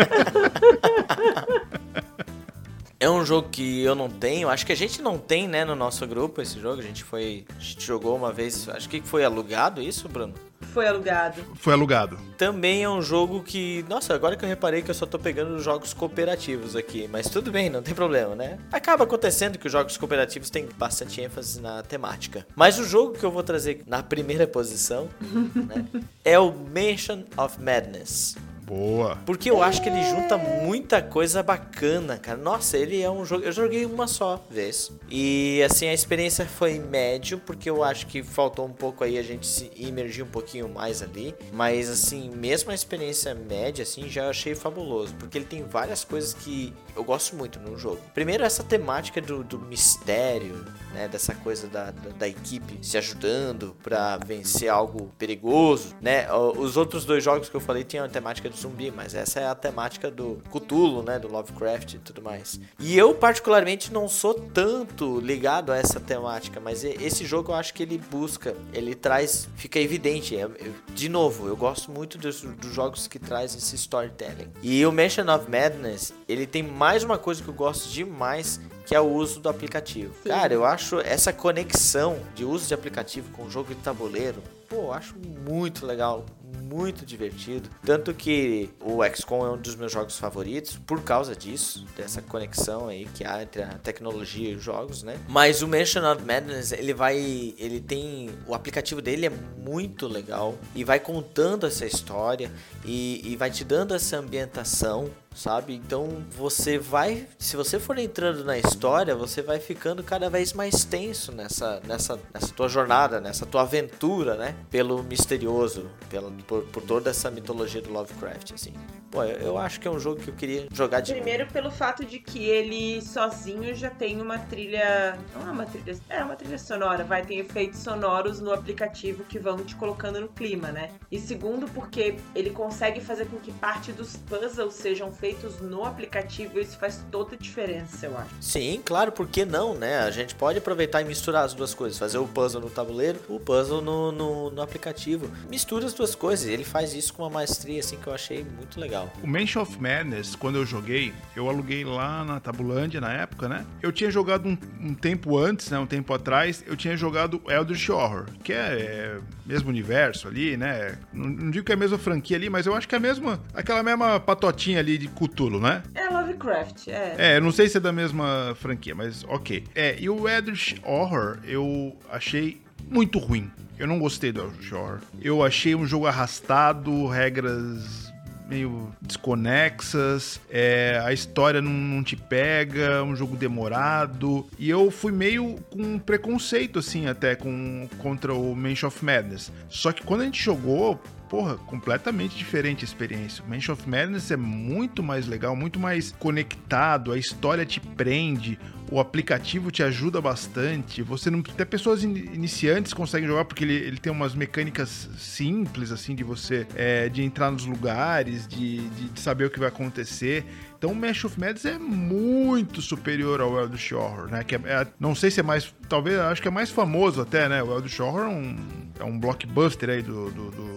É um jogo que eu não tenho, acho que a gente não tem, né, no nosso grupo esse jogo. A gente foi, a gente jogou uma vez, acho que foi alugado isso, Bruno? Foi alugado. Foi alugado. Também é um jogo que, nossa, agora que eu reparei que eu só tô pegando jogos cooperativos aqui, mas tudo bem, não tem problema, né? Acaba acontecendo que os jogos cooperativos têm bastante ênfase na temática. Mas o jogo que eu vou trazer na primeira posição, né, é o Mansion of Madness. Boa. Porque eu acho que ele junta muita coisa bacana, cara. Nossa, ele é um jogo... Eu joguei uma só vez. E, assim, a experiência foi médio, porque eu acho que faltou um pouco aí a gente se imergir um pouquinho mais ali. Mas, assim, mesmo a experiência média, assim, já achei fabuloso. Porque ele tem várias coisas que eu gosto muito no jogo. Primeiro, essa temática do, do mistério, né? Dessa coisa da, da, da equipe se ajudando pra vencer algo perigoso, né? Os outros dois jogos que eu falei tinham a temática de zumbi, mas essa é a temática do Cthulhu, né, do Lovecraft e tudo mais. E eu particularmente não sou tanto ligado a essa temática, mas esse jogo eu acho que ele busca, ele traz, fica evidente, de novo, eu gosto muito dos, dos jogos que traz esse storytelling. E o Mansion of Madness, ele tem mais uma coisa que eu gosto demais, que é o uso do aplicativo. Sim. Cara, eu acho essa conexão de uso de aplicativo com o jogo de tabuleiro, pô, eu acho muito legal, muito divertido. Tanto que o X COM é um dos meus jogos favoritos por causa disso, dessa conexão aí que há entre a tecnologia e os jogos, né? Mas o Mansion of Madness, ele vai, ele tem, o aplicativo dele é muito legal e vai contando essa história e, e vai te dando essa ambientação, sabe? Então você vai, se você for entrando na história, você vai ficando cada vez mais tenso nessa, nessa, nessa tua jornada, nessa tua aventura, né? Pelo misterioso, pela, por, por toda essa mitologia do Lovecraft, assim. Pô, eu, eu acho que é um jogo que eu queria jogar de Primeiro novo. pelo fato de que ele sozinho já tem uma trilha, não é uma trilha, é uma trilha sonora, vai ter efeitos sonoros no aplicativo que vão te colocando no clima, né? E segundo porque ele consegue fazer com que parte dos puzzles sejam feitos no aplicativo, isso faz toda a diferença, eu acho. Sim, claro, por que não, né? A gente pode aproveitar e misturar as duas coisas, fazer o puzzle no tabuleiro, o puzzle no, no, no aplicativo. Mistura as duas coisas, ele faz isso com uma maestria, assim, que eu achei muito legal. O Mansion of Madness, quando eu joguei, eu aluguei lá na Tabulândia na época, né? Eu tinha jogado um, um tempo antes, né? Um tempo atrás, eu tinha jogado Eldritch Horror, que é, é mesmo universo ali, né? Não, não digo que é a mesma franquia ali, mas eu acho que é a mesma, aquela mesma patotinha ali de Cthulhu, né? É Lovecraft, é. É, eu não sei se é da mesma franquia, mas ok. É, e o Eldritch Horror eu achei muito ruim. Eu não gostei do Eldritch Horror. Eu achei um jogo arrastado, regras meio desconexas, é, a história não, não te pega, um jogo demorado, e eu fui meio com preconceito, assim, até com, contra o Mansion of Madness. Só que quando a gente jogou, porra, completamente diferente a experiência. O Mansion of Madness é muito mais legal, muito mais conectado, a história te prende, o aplicativo te ajuda bastante, você não, até pessoas in, iniciantes conseguem jogar porque ele, ele tem umas mecânicas simples, assim, de você, é, de entrar nos lugares, de, de, de saber o que vai acontecer. Então o Mansion of Madness é muito superior ao Eldritch Horror, né? Que é, é, não sei se é mais, talvez, acho que é mais famoso até, né? O Eldritch Horror é um, é um blockbuster aí do, do, do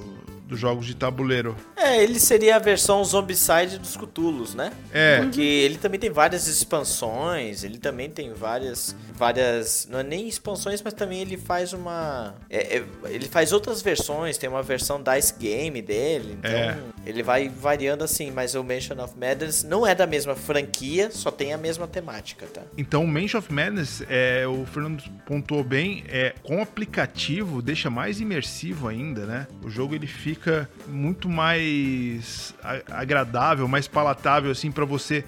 dos jogos de tabuleiro. É, ele seria a versão Zombicide dos Cthulhus, né? É. Porque ele também tem várias expansões, ele também tem várias, várias, não é nem expansões, mas também ele faz uma, é, é, ele faz outras versões, tem uma versão Dice Game dele, então É. ele vai variando assim, mas o Mansion of Madness não é da mesma franquia, só tem a mesma temática, tá? Então, o Mansion of Madness, é, o Fernando pontuou bem, é, com o aplicativo deixa mais imersivo ainda, né? O jogo ele fica muito mais a- agradável, mais palatável, assim, pra você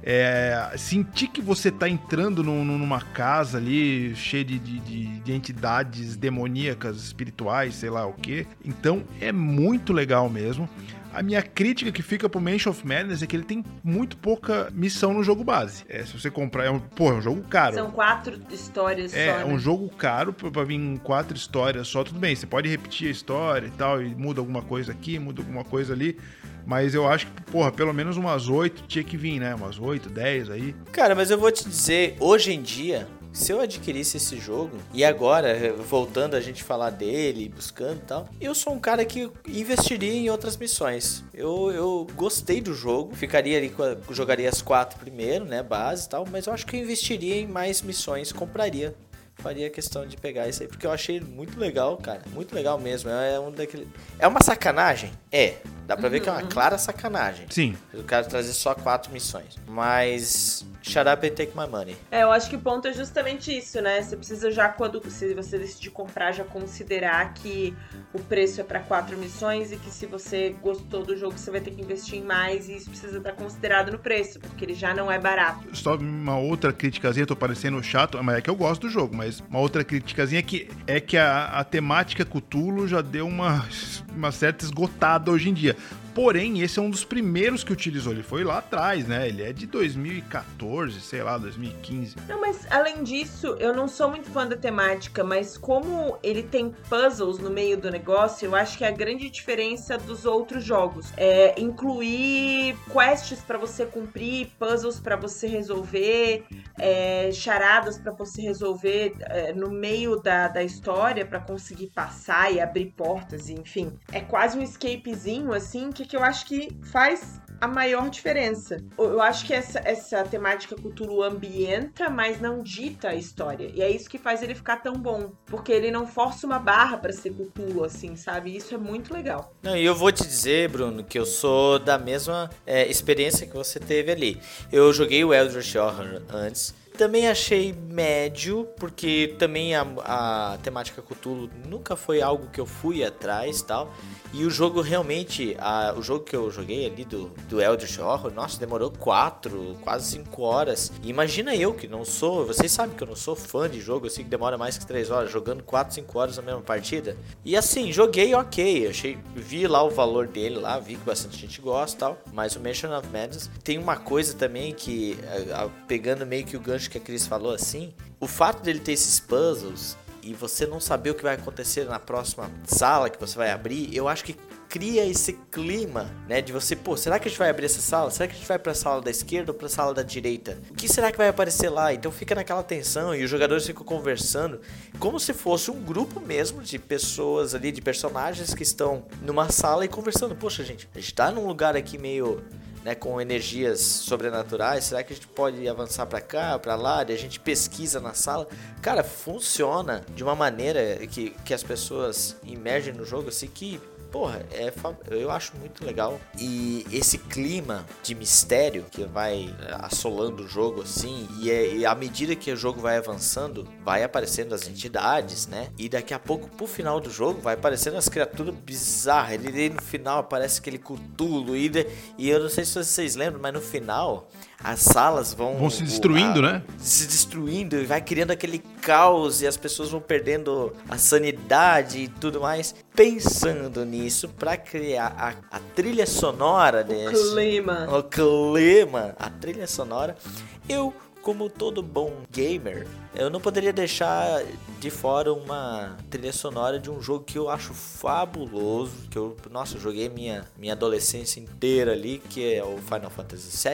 é, sentir que você tá entrando num- numa casa ali cheia de, de, de- de entidades demoníacas, espirituais, sei lá o quê. Então, é muito legal mesmo. A minha crítica que fica pro Mansion of Madness é que ele tem muito pouca missão no jogo base. É, se você comprar... É um, pô, é um jogo caro. São quatro histórias É, só, é né? um jogo caro pra, pra vir em quatro histórias só. Tudo bem, você pode repetir a história e tal, e muda alguma coisa aqui, muda alguma coisa ali. Mas eu acho que, porra, pelo menos umas oito tinha que vir, né? Umas oito, dez aí. Cara, mas eu vou te dizer, hoje em dia, se eu adquirisse esse jogo, e agora, voltando a gente falar dele, buscando e tal, eu sou um cara que investiria em outras missões. Eu, eu gostei do jogo, ficaria ali, com a, jogaria as quatro primeiro, né, base e tal, mas eu acho que eu investiria em mais missões, compraria. Faria questão de pegar isso aí, porque eu achei muito legal, cara. Muito legal mesmo. É um daquele... É uma sacanagem? É. Dá pra ver que é uma clara sacanagem. Sim. O cara trazer só quatro missões. Mas... Shut up and take my money. É, eu acho que o ponto é justamente isso, né? Você precisa já, quando se você decidir comprar, já considerar que o preço é pra quatro missões e que se você gostou do jogo, você vai ter que investir em mais e isso precisa estar considerado no preço, porque ele já não é barato. Só uma outra criticazinha, tô parecendo chato, mas é que eu gosto do jogo, mas uma outra criticazinha é que, é que a, a temática Cthulhu já deu uma, uma certa esgotada hoje em dia. Porém, esse é um dos primeiros que utilizou. Ele foi lá atrás, né? Ele é de dois mil e quatorze, sei lá, dois mil e quinze. Não, mas além disso, eu não sou muito fã da temática, mas como ele tem puzzles no meio do negócio, eu acho que é a grande diferença dos outros jogos. É incluir quests pra você cumprir, puzzles pra você resolver, é, charadas pra você resolver é, no meio da, da história pra conseguir passar e abrir portas, enfim. É quase um escapezinho, assim, que, que eu acho que faz a maior diferença. Eu acho que essa, essa temática Cthulhu ambienta, mas não dita a história. E é isso que faz ele ficar tão bom. Porque ele não força uma barra pra ser Cthulhu, assim, sabe? Isso é muito legal. Não, e eu vou te dizer, Bruno, que eu sou da mesma é, experiência que você teve ali. Eu joguei o Eldritch Horror antes. Também achei médio, porque também a, a temática Cthulhu nunca foi algo que eu fui atrás e tal. E o jogo realmente, a, o jogo que eu joguei ali do, do Eldritch Horror, nossa, demorou quatro, quase cinco horas. E imagina eu que não sou, vocês sabem que eu não sou fã de jogo assim que demora mais que três horas, jogando quatro, cinco horas na mesma partida. E assim, joguei ok, achei, vi lá o valor dele lá, vi que bastante gente gosta e tal. Mas o Mansion of Madness tem uma coisa também que, a, a, pegando meio que o gancho que a Cris falou assim, o fato dele ter esses puzzles e você não saber o que vai acontecer na próxima sala que você vai abrir, eu acho que cria esse clima, né, de você, pô, será que a gente vai abrir essa sala? Será que a gente vai pra sala da esquerda ou pra sala da direita? O que será que vai aparecer lá? Então fica naquela tensão e os jogadores ficam conversando como se fosse um grupo mesmo de pessoas ali, de personagens que estão numa sala e conversando. Poxa, gente, a gente tá num lugar aqui meio... né, com energias sobrenaturais, será que a gente pode avançar pra cá, pra lá, e a gente pesquisa na sala? Cara, funciona de uma maneira que, que as pessoas imergem no jogo, assim, que, porra, é, eu acho muito legal. E esse clima de mistério que vai assolando o jogo, assim, e, é, e à medida que o jogo vai avançando, vai aparecendo as entidades, né, e daqui a pouco, pro final do jogo, vai aparecendo as criaturas bizarras. Ele, ele no final aparece aquele Cthulhu, e, e eu não sei se vocês lembram, mas no final as salas vão... Vão se destruindo, o, a, né? Se destruindo e vai criando aquele caos e as pessoas vão perdendo a sanidade e tudo mais. Pensando nisso, pra criar a, a trilha sonora desse... O clima. O clima. A trilha sonora. Eu, como todo bom gamer, eu não poderia deixar de fora uma trilha sonora de um jogo que eu acho fabuloso, que eu, nossa, eu joguei minha, minha adolescência inteira ali, que é o Final Fantasy sete.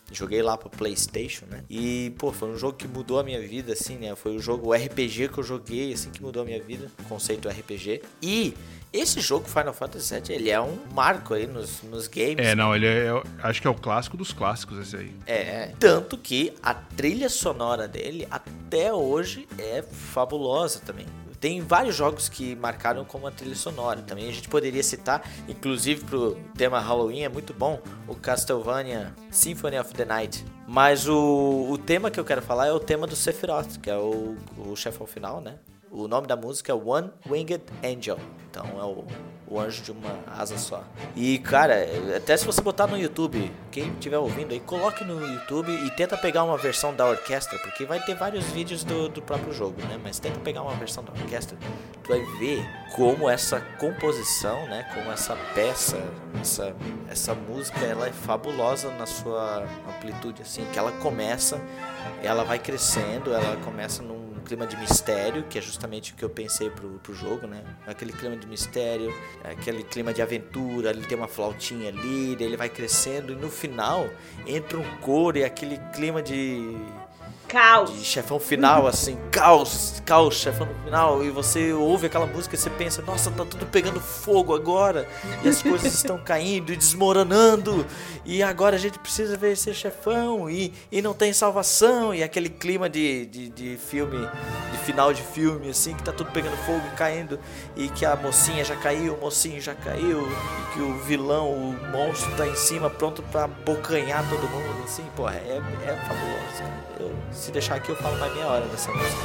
Joguei lá pro PlayStation, né? E, pô, foi um jogo que mudou a minha vida, assim, né? Foi o jogo o R P G que eu joguei, assim, que mudou a minha vida. O conceito R P G. E esse jogo, Final Fantasy sete, ele é um marco aí nos, nos games. É, não, ele é... Acho que é o clássico dos clássicos, esse aí. É, tanto que a trilha sonora dele, até hoje, é fabulosa também. Tem vários jogos que marcaram como a trilha sonora. Também a gente poderia citar, inclusive pro tema Halloween, é muito bom, o Castlevania Symphony of the Night. Mas o, o tema que eu quero falar é o tema do Sephiroth, que é o, o chefão final, né? O nome da música é One Winged Angel. Então é o, o anjo de uma asa só. E, cara, até se você botar no YouTube, quem estiver ouvindo aí, coloque no YouTube e tenta pegar uma versão da orquestra, porque vai ter vários vídeos do, do próprio jogo, né? Mas tenta pegar uma versão da orquestra, tu vai ver como essa composição, né? Como essa peça, essa, essa música, ela é fabulosa na sua amplitude, assim, que ela começa, ela vai crescendo, ela começa num clima de mistério, que é justamente o que eu pensei pro, pro jogo, né? Aquele clima de mistério, aquele clima de aventura, ele tem uma flautinha ali, daí ele vai crescendo e no final entra um coro e aquele clima de... Caos. De chefão final, assim, caos, caos, chefão no final, e você ouve aquela música e você pensa, nossa, tá tudo pegando fogo agora, e as coisas estão caindo e desmoronando, e agora a gente precisa ver esse chefão, e, e não tem salvação, e aquele clima de, de, de filme, de final de filme, assim, que tá tudo pegando fogo e caindo, e que a mocinha já caiu, o mocinho já caiu, e que o vilão, o monstro tá em cima, pronto pra abocanhar todo mundo, assim, porra, é, é fabuloso, cara. Eu, se deixar aqui eu falo mais meia hora dessa música.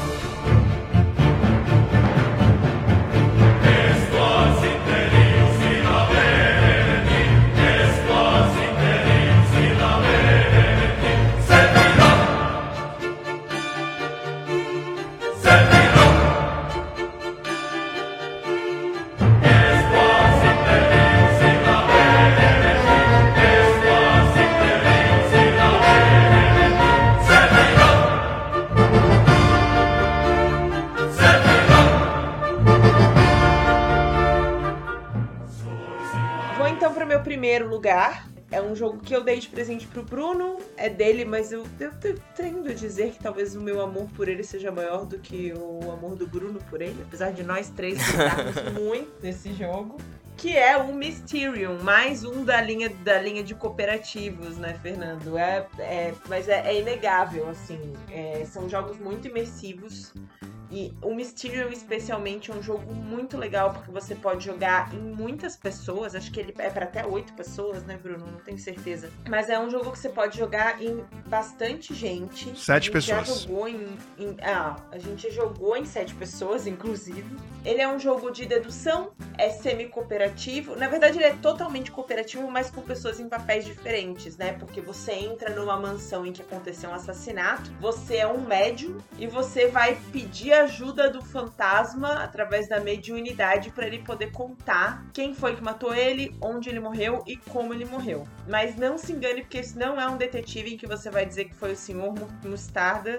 Primeiro lugar, é um jogo que eu dei de presente pro Bruno, é dele, mas eu, eu, eu tendo a dizer que talvez o meu amor por ele seja maior do que o amor do Bruno por ele, apesar de nós três gostarmos muito desse jogo, que é o Mysterium, mais um da linha, da linha de cooperativos, né, Fernando? É, é, mas é, é inegável, assim, é, são jogos muito imersivos. E o Mysterium, especialmente, é um jogo muito legal, porque você pode jogar em muitas pessoas. Acho que ele é para até oito pessoas, né, Bruno? Não tenho certeza. Mas é um jogo que você pode jogar em bastante gente. Sete a gente pessoas. Já jogou em, em... Ah, a gente jogou em sete pessoas, inclusive. Ele é um jogo de dedução, é semi-cooperativo. Na verdade, ele é totalmente cooperativo, mas com pessoas em papéis diferentes, né? Porque você entra numa mansão em que aconteceu um assassinato, você é um médium e você vai pedir ajuda do fantasma através da mediunidade para ele poder contar quem foi que matou ele, onde ele morreu e como ele morreu. Mas não se engane, porque isso não é um detetive em que você vai dizer que foi o senhor Mostarda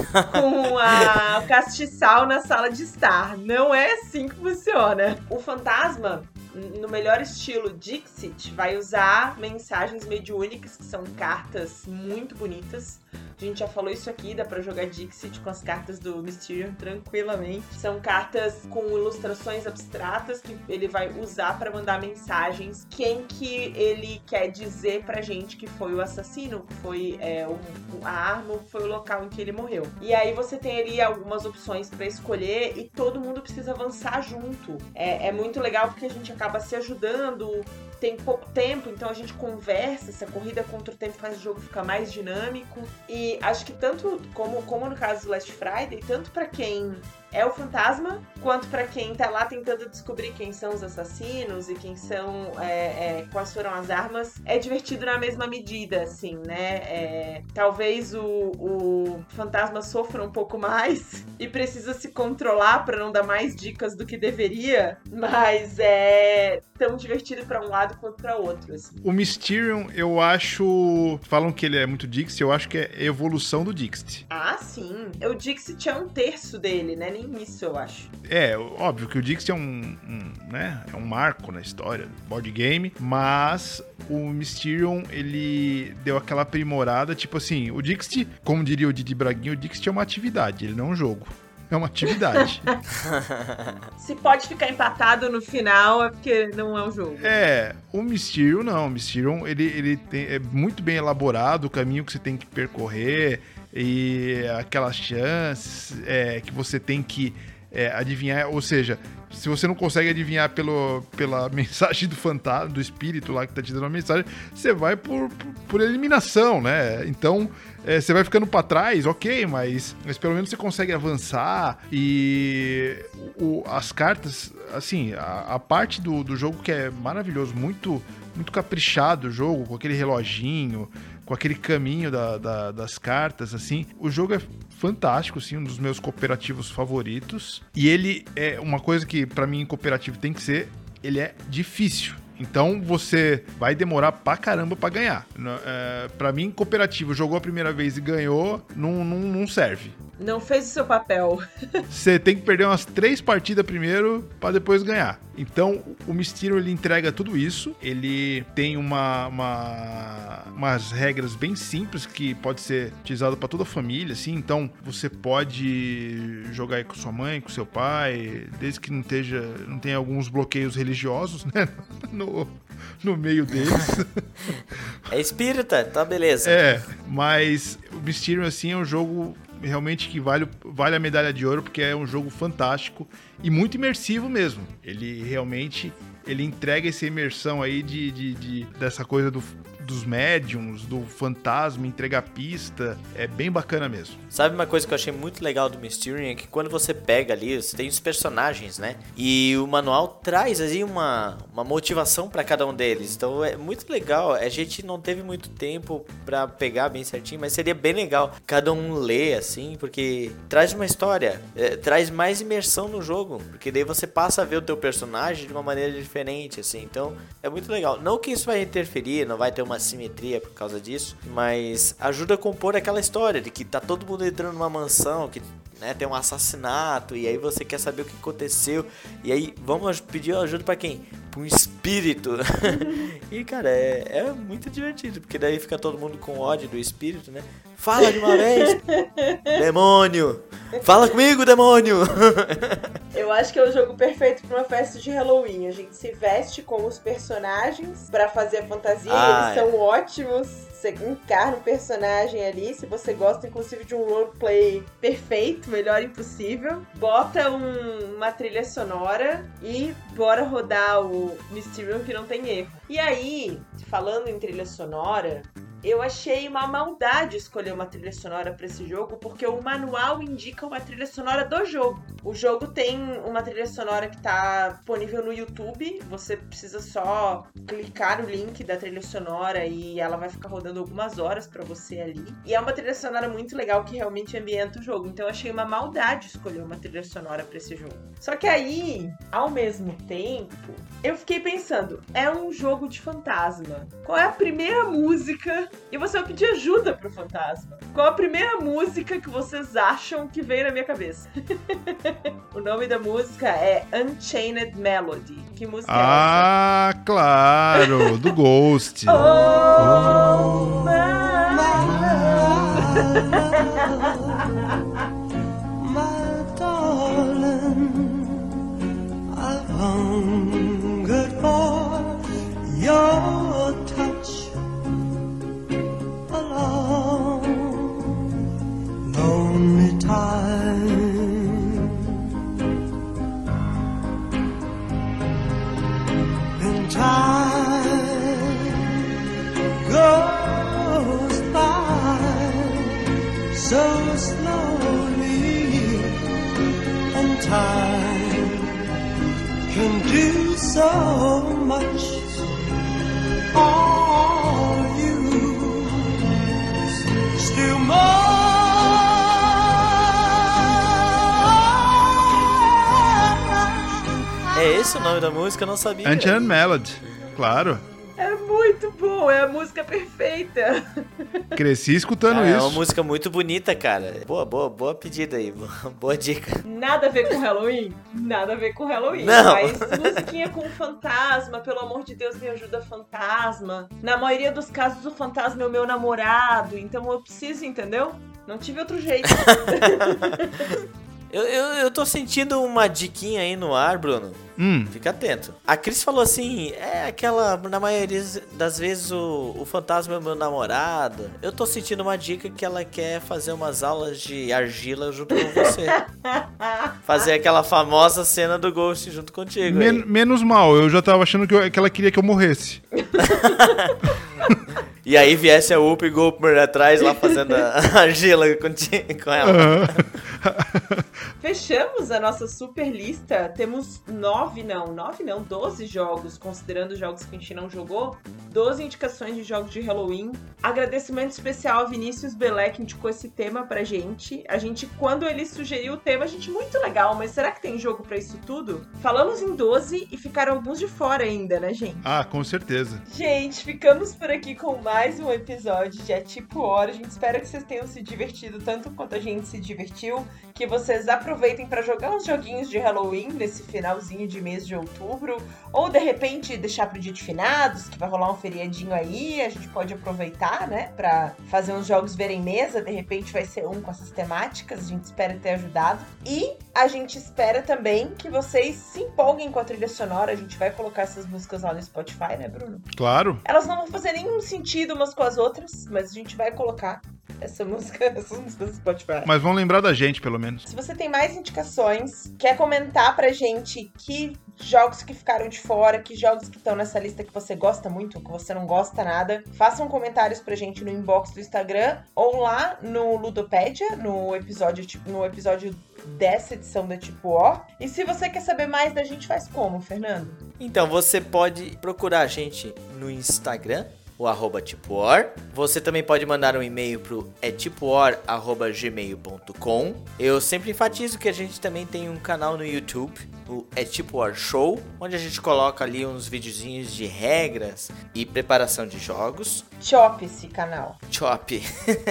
com a castiçal na sala de estar. Não é assim que funciona. O fantasma, no melhor estilo Dixit, vai usar mensagens mediúnicas, que são cartas muito bonitas. A gente já falou isso aqui, dá pra jogar Dixit com as cartas do Mysterium tranquilamente. São cartas com ilustrações abstratas que ele vai usar pra mandar mensagens. Quem que ele quer dizer pra gente que foi o assassino, que foi é, o, a arma, que foi o local em que ele morreu. E aí você tem ali algumas opções pra escolher e todo mundo precisa avançar junto. É, é muito legal porque a gente acaba se ajudando. Tem pouco tempo, então a gente conversa, essa corrida contra o tempo faz o jogo ficar mais dinâmico. E acho que tanto como, como no caso do Last Friday, tanto pra quem é o fantasma, quanto pra quem tá lá tentando descobrir quem são os assassinos e quem são, é, é, quais foram as armas, é divertido na mesma medida, assim, né? É, talvez o, o fantasma sofra um pouco mais e precisa se controlar pra não dar mais dicas do que deveria, mas é tão divertido pra um lado quanto pra outro, assim. O Mysterium, eu acho... Falam que ele é muito Dixit, eu acho que é evolução do Dixit. Ah, sim. O Dixit é um terço dele, né? nem nisso, eu acho. É, óbvio que o Dixit é um, um, né, é um marco na história do board game, mas o Mysterium, ele deu aquela aprimorada, tipo assim, o Dixit, como diria o Didi Braguinha, o Dixit é uma atividade, ele não é um jogo. É uma atividade. Se pode ficar empatado no final, é porque não é um jogo. É, o Mysterium não. O Mysterium, ele, ele tem, é muito bem elaborado, o caminho que você tem que percorrer e aquelas chances é, que você tem que é, adivinhar. Ou seja, se você não consegue adivinhar pelo, pela mensagem do fantasma, do espírito lá que tá te dando a mensagem, você vai por, por, por eliminação, né? Então... É, você vai ficando pra trás, ok, mas, mas pelo menos você consegue avançar e o, as cartas, assim, a, a parte do, do jogo que é maravilhoso, muito, muito caprichado o jogo, com aquele reloginho, com aquele caminho da, da, das cartas, assim, o jogo é fantástico, assim, um dos meus cooperativos favoritos, e ele é uma coisa que pra mim em cooperativo tem que ser, ele é difícil. Então você vai demorar pra caramba pra ganhar. É, pra mim, cooperativo, jogou a primeira vez e ganhou, não, não, não serve. Não fez o seu papel. Você tem que perder umas três partidas primeiro pra depois ganhar. Então, o Mysterium, ele entrega tudo isso. Ele tem uma, uma, umas regras bem simples que pode ser utilizado pra toda a família, assim. Então, você pode jogar aí com sua mãe, com seu pai, desde que não esteja, não tenha alguns bloqueios religiosos, né? No, no meio deles. É espírita? Tá, beleza. É, mas o Mysterium, assim, é um jogo realmente que vale, vale a medalha de ouro, porque é um jogo fantástico e muito imersivo mesmo. Ele realmente, ele entrega essa imersão aí de, de, de, dessa coisa do, dos médiums, do fantasma, entregar pista. É bem bacana mesmo. Sabe uma coisa que eu achei muito legal do Mysterium? É que quando você pega ali, você tem os personagens, né? E o manual traz assim uma, uma motivação pra cada um deles. Então é muito legal. A gente não teve muito tempo pra pegar bem certinho, mas seria bem legal cada um ler, assim, porque traz uma história, é, traz mais imersão no jogo, porque daí você passa a ver o teu personagem de uma maneira diferente, assim. Então é muito legal. Não que isso vai interferir, não vai ter uma simetria por causa disso, mas ajuda a compor aquela história de que tá todo mundo entrando numa mansão, que, né, tem um assassinato, e aí você quer saber o que aconteceu, e aí vamos pedir ajuda pra quem? Pra um espírito. E cara, é, é muito divertido, porque daí fica todo mundo com ódio do espírito, né? Fala de uma vez! Demônio! Fala comigo, demônio! Eu acho que é o jogo perfeito pra uma festa de Halloween. A gente se veste com os personagens pra fazer a fantasia. Ah, eles é. são ótimos. Você encarna o personagem ali. Se você gosta, inclusive, de um roleplay perfeito, melhor impossível, bota um, uma trilha sonora e bora rodar o Mysterium, que não tem erro. E aí, falando em trilha sonora, eu achei uma maldade escolher uma trilha sonora pra esse jogo, porque o manual indica uma trilha sonora do jogo. O jogo tem uma trilha sonora que tá disponível no YouTube, você precisa só clicar no link da trilha sonora e ela vai ficar rodando algumas horas pra você ali. E é uma trilha sonora muito legal que realmente ambienta o jogo, então eu achei uma maldade escolher uma trilha sonora pra esse jogo. Só que aí, ao mesmo tempo, eu fiquei pensando, é um jogo de fantasma. Qual é a primeira música? E você vai pedir ajuda pro fantasma. Qual a primeira música que vocês acham que veio na minha cabeça? O nome da música é Unchained Melody. Que música ah, é essa? Ah, claro! Do Ghost. Oh, oh my, my darling, I've hungered for your touch. Lonely time, and time goes by so slowly, and time can do so much. All you still more. É esse o nome da música? Eu não sabia. Unchained Melody, claro. É muito bom, é a música perfeita. Cresci escutando Ah, isso. é uma música muito bonita, cara. Boa, boa, boa pedida aí. Boa, boa dica. Nada a ver com Halloween? Nada a ver com Halloween. Não. Mas musiquinha com fantasma, pelo amor de Deus, me ajuda fantasma. Na maioria dos casos, o fantasma é o meu namorado, então eu preciso, entendeu? Não tive outro jeito. Eu, eu, eu tô sentindo uma diquinha aí no ar, Bruno. Hum. Fica atento. A Cris falou assim, é aquela, na maioria das vezes o, o fantasma é o meu namorado. Eu tô sentindo uma dica que ela quer fazer umas aulas de argila junto com você. Fazer aquela famosa cena do Ghost junto contigo. Men- aí. menos mal, eu já tava achando que, eu- que ela queria que eu morresse. E aí viesse a Whoopi Goldberg atrás lá fazendo a argila contigo, com ela. Fechamos a nossa super lista. Temos nove, não, nove não, doze jogos, considerando os jogos que a gente não jogou. doze indicações de jogos de Halloween. Agradecimento especial a Vinícius Belé, que indicou esse tema pra gente. A gente, quando ele sugeriu o tema, a gente, muito legal, mas será que tem jogo pra isso tudo? Falamos em doze e ficaram alguns de fora ainda, né, gente? Ah, com certeza. Gente, ficamos por aqui com mais um episódio de É Tipo Hora. A gente espera que vocês tenham se divertido tanto quanto a gente se divertiu, que vocês aproveitem para jogar uns joguinhos de Halloween nesse finalzinho de mês de outubro, ou de repente deixar pro dia de finados, que vai rolar um feriadinho aí, a gente pode aproveitar, né, para fazer uns jogos verem mesa, de repente vai ser um com essas temáticas, a gente espera ter ajudado. E a gente espera também que vocês se empolguem com a trilha sonora, a gente vai colocar essas músicas lá no Spotify, né, Bruno? Claro. Elas não vão fazer nenhum sentido umas com as outras, mas a gente vai colocar essa música, essas músicas no Spotify. Mas vão lembrar da gente, pelo menos. Se você tem mais indicações, quer comentar pra gente que jogos que ficaram de fora, que jogos que estão nessa lista que você gosta muito, que você não gosta nada, façam comentários pra gente no inbox do Instagram ou lá no Ludopédia, no episódio, no episódio dessa edição da Tipo O. E se você quer saber mais da gente, faz como, Fernando? Então você pode procurar a gente no Instagram, o arroba tipoor. Você também pode mandar um e-mail pro é tipoor arroba gmail ponto com. Eu sempre enfatizo que a gente também tem um canal no YouTube, o É Tipoor Show, onde a gente coloca ali uns videozinhos de regras e preparação de jogos. Chop esse canal. Chop.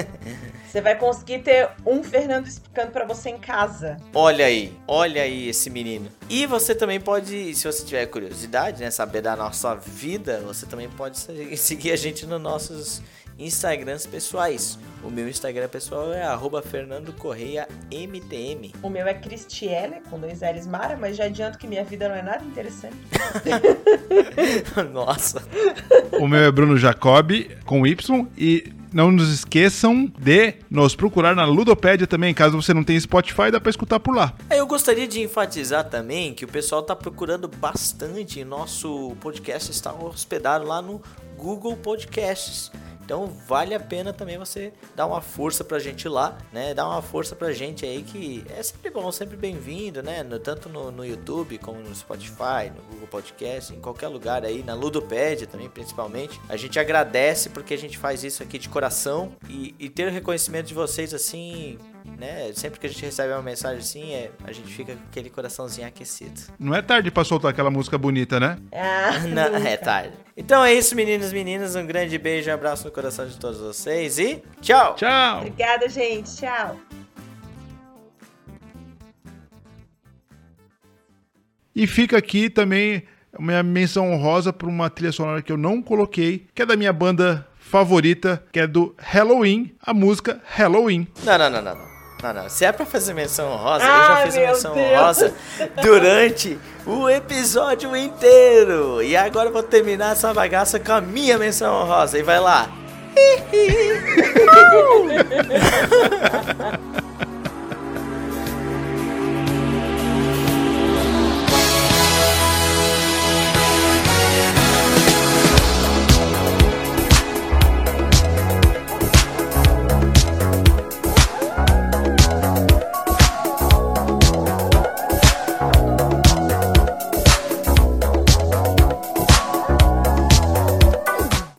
Você vai conseguir ter um Fernando explicando pra você em casa. Olha aí, olha aí esse menino. E você também pode, se você tiver curiosidade, né, saber da nossa vida, você também pode seguir a gente nos nossos Instagrams pessoais. O meu Instagram pessoal é arroba Fernando Correia M T M. O meu é Cristiele, com dois L's Mara, mas já adianto que minha vida não é nada interessante. Nossa. O meu é Bruno Jacobi, com Y, e não nos esqueçam de nos procurar na Ludopédia também, caso você não tenha Spotify, dá pra escutar por lá. Eu gostaria de enfatizar também que o pessoal tá procurando bastante. Nosso podcast está hospedado lá no Google Podcasts. Então vale a pena também você dar uma força pra gente lá, né? Dar uma força pra gente aí, que é sempre bom, sempre bem-vindo, né? No, tanto no, no YouTube, como no Spotify, no Google Podcast, em qualquer lugar aí, na Ludopédia também, principalmente. A gente agradece porque a gente faz isso aqui de coração e, e ter o reconhecimento de vocês, assim, né? Sempre que a gente recebe uma mensagem assim, é, a gente fica com aquele coraçãozinho aquecido. Não é tarde pra soltar aquela música bonita, né? Ah, Não, nunca. é tarde. Então é isso, meninos e meninas. Um grande beijo e abraço no coração de todos vocês e tchau! Tchau! Obrigada, gente. Tchau. E fica aqui também uma menção honrosa para uma trilha sonora que eu não coloquei, que é da minha banda favorita, que é do Halloween, a música Halloween. Não, não, não, não, não. Não, não. Se é pra fazer menção honrosa, eu Ai, já fiz a meu menção Deus. honrosa durante o episódio inteiro. E agora eu vou terminar essa bagaça com a minha menção honrosa. E vai lá.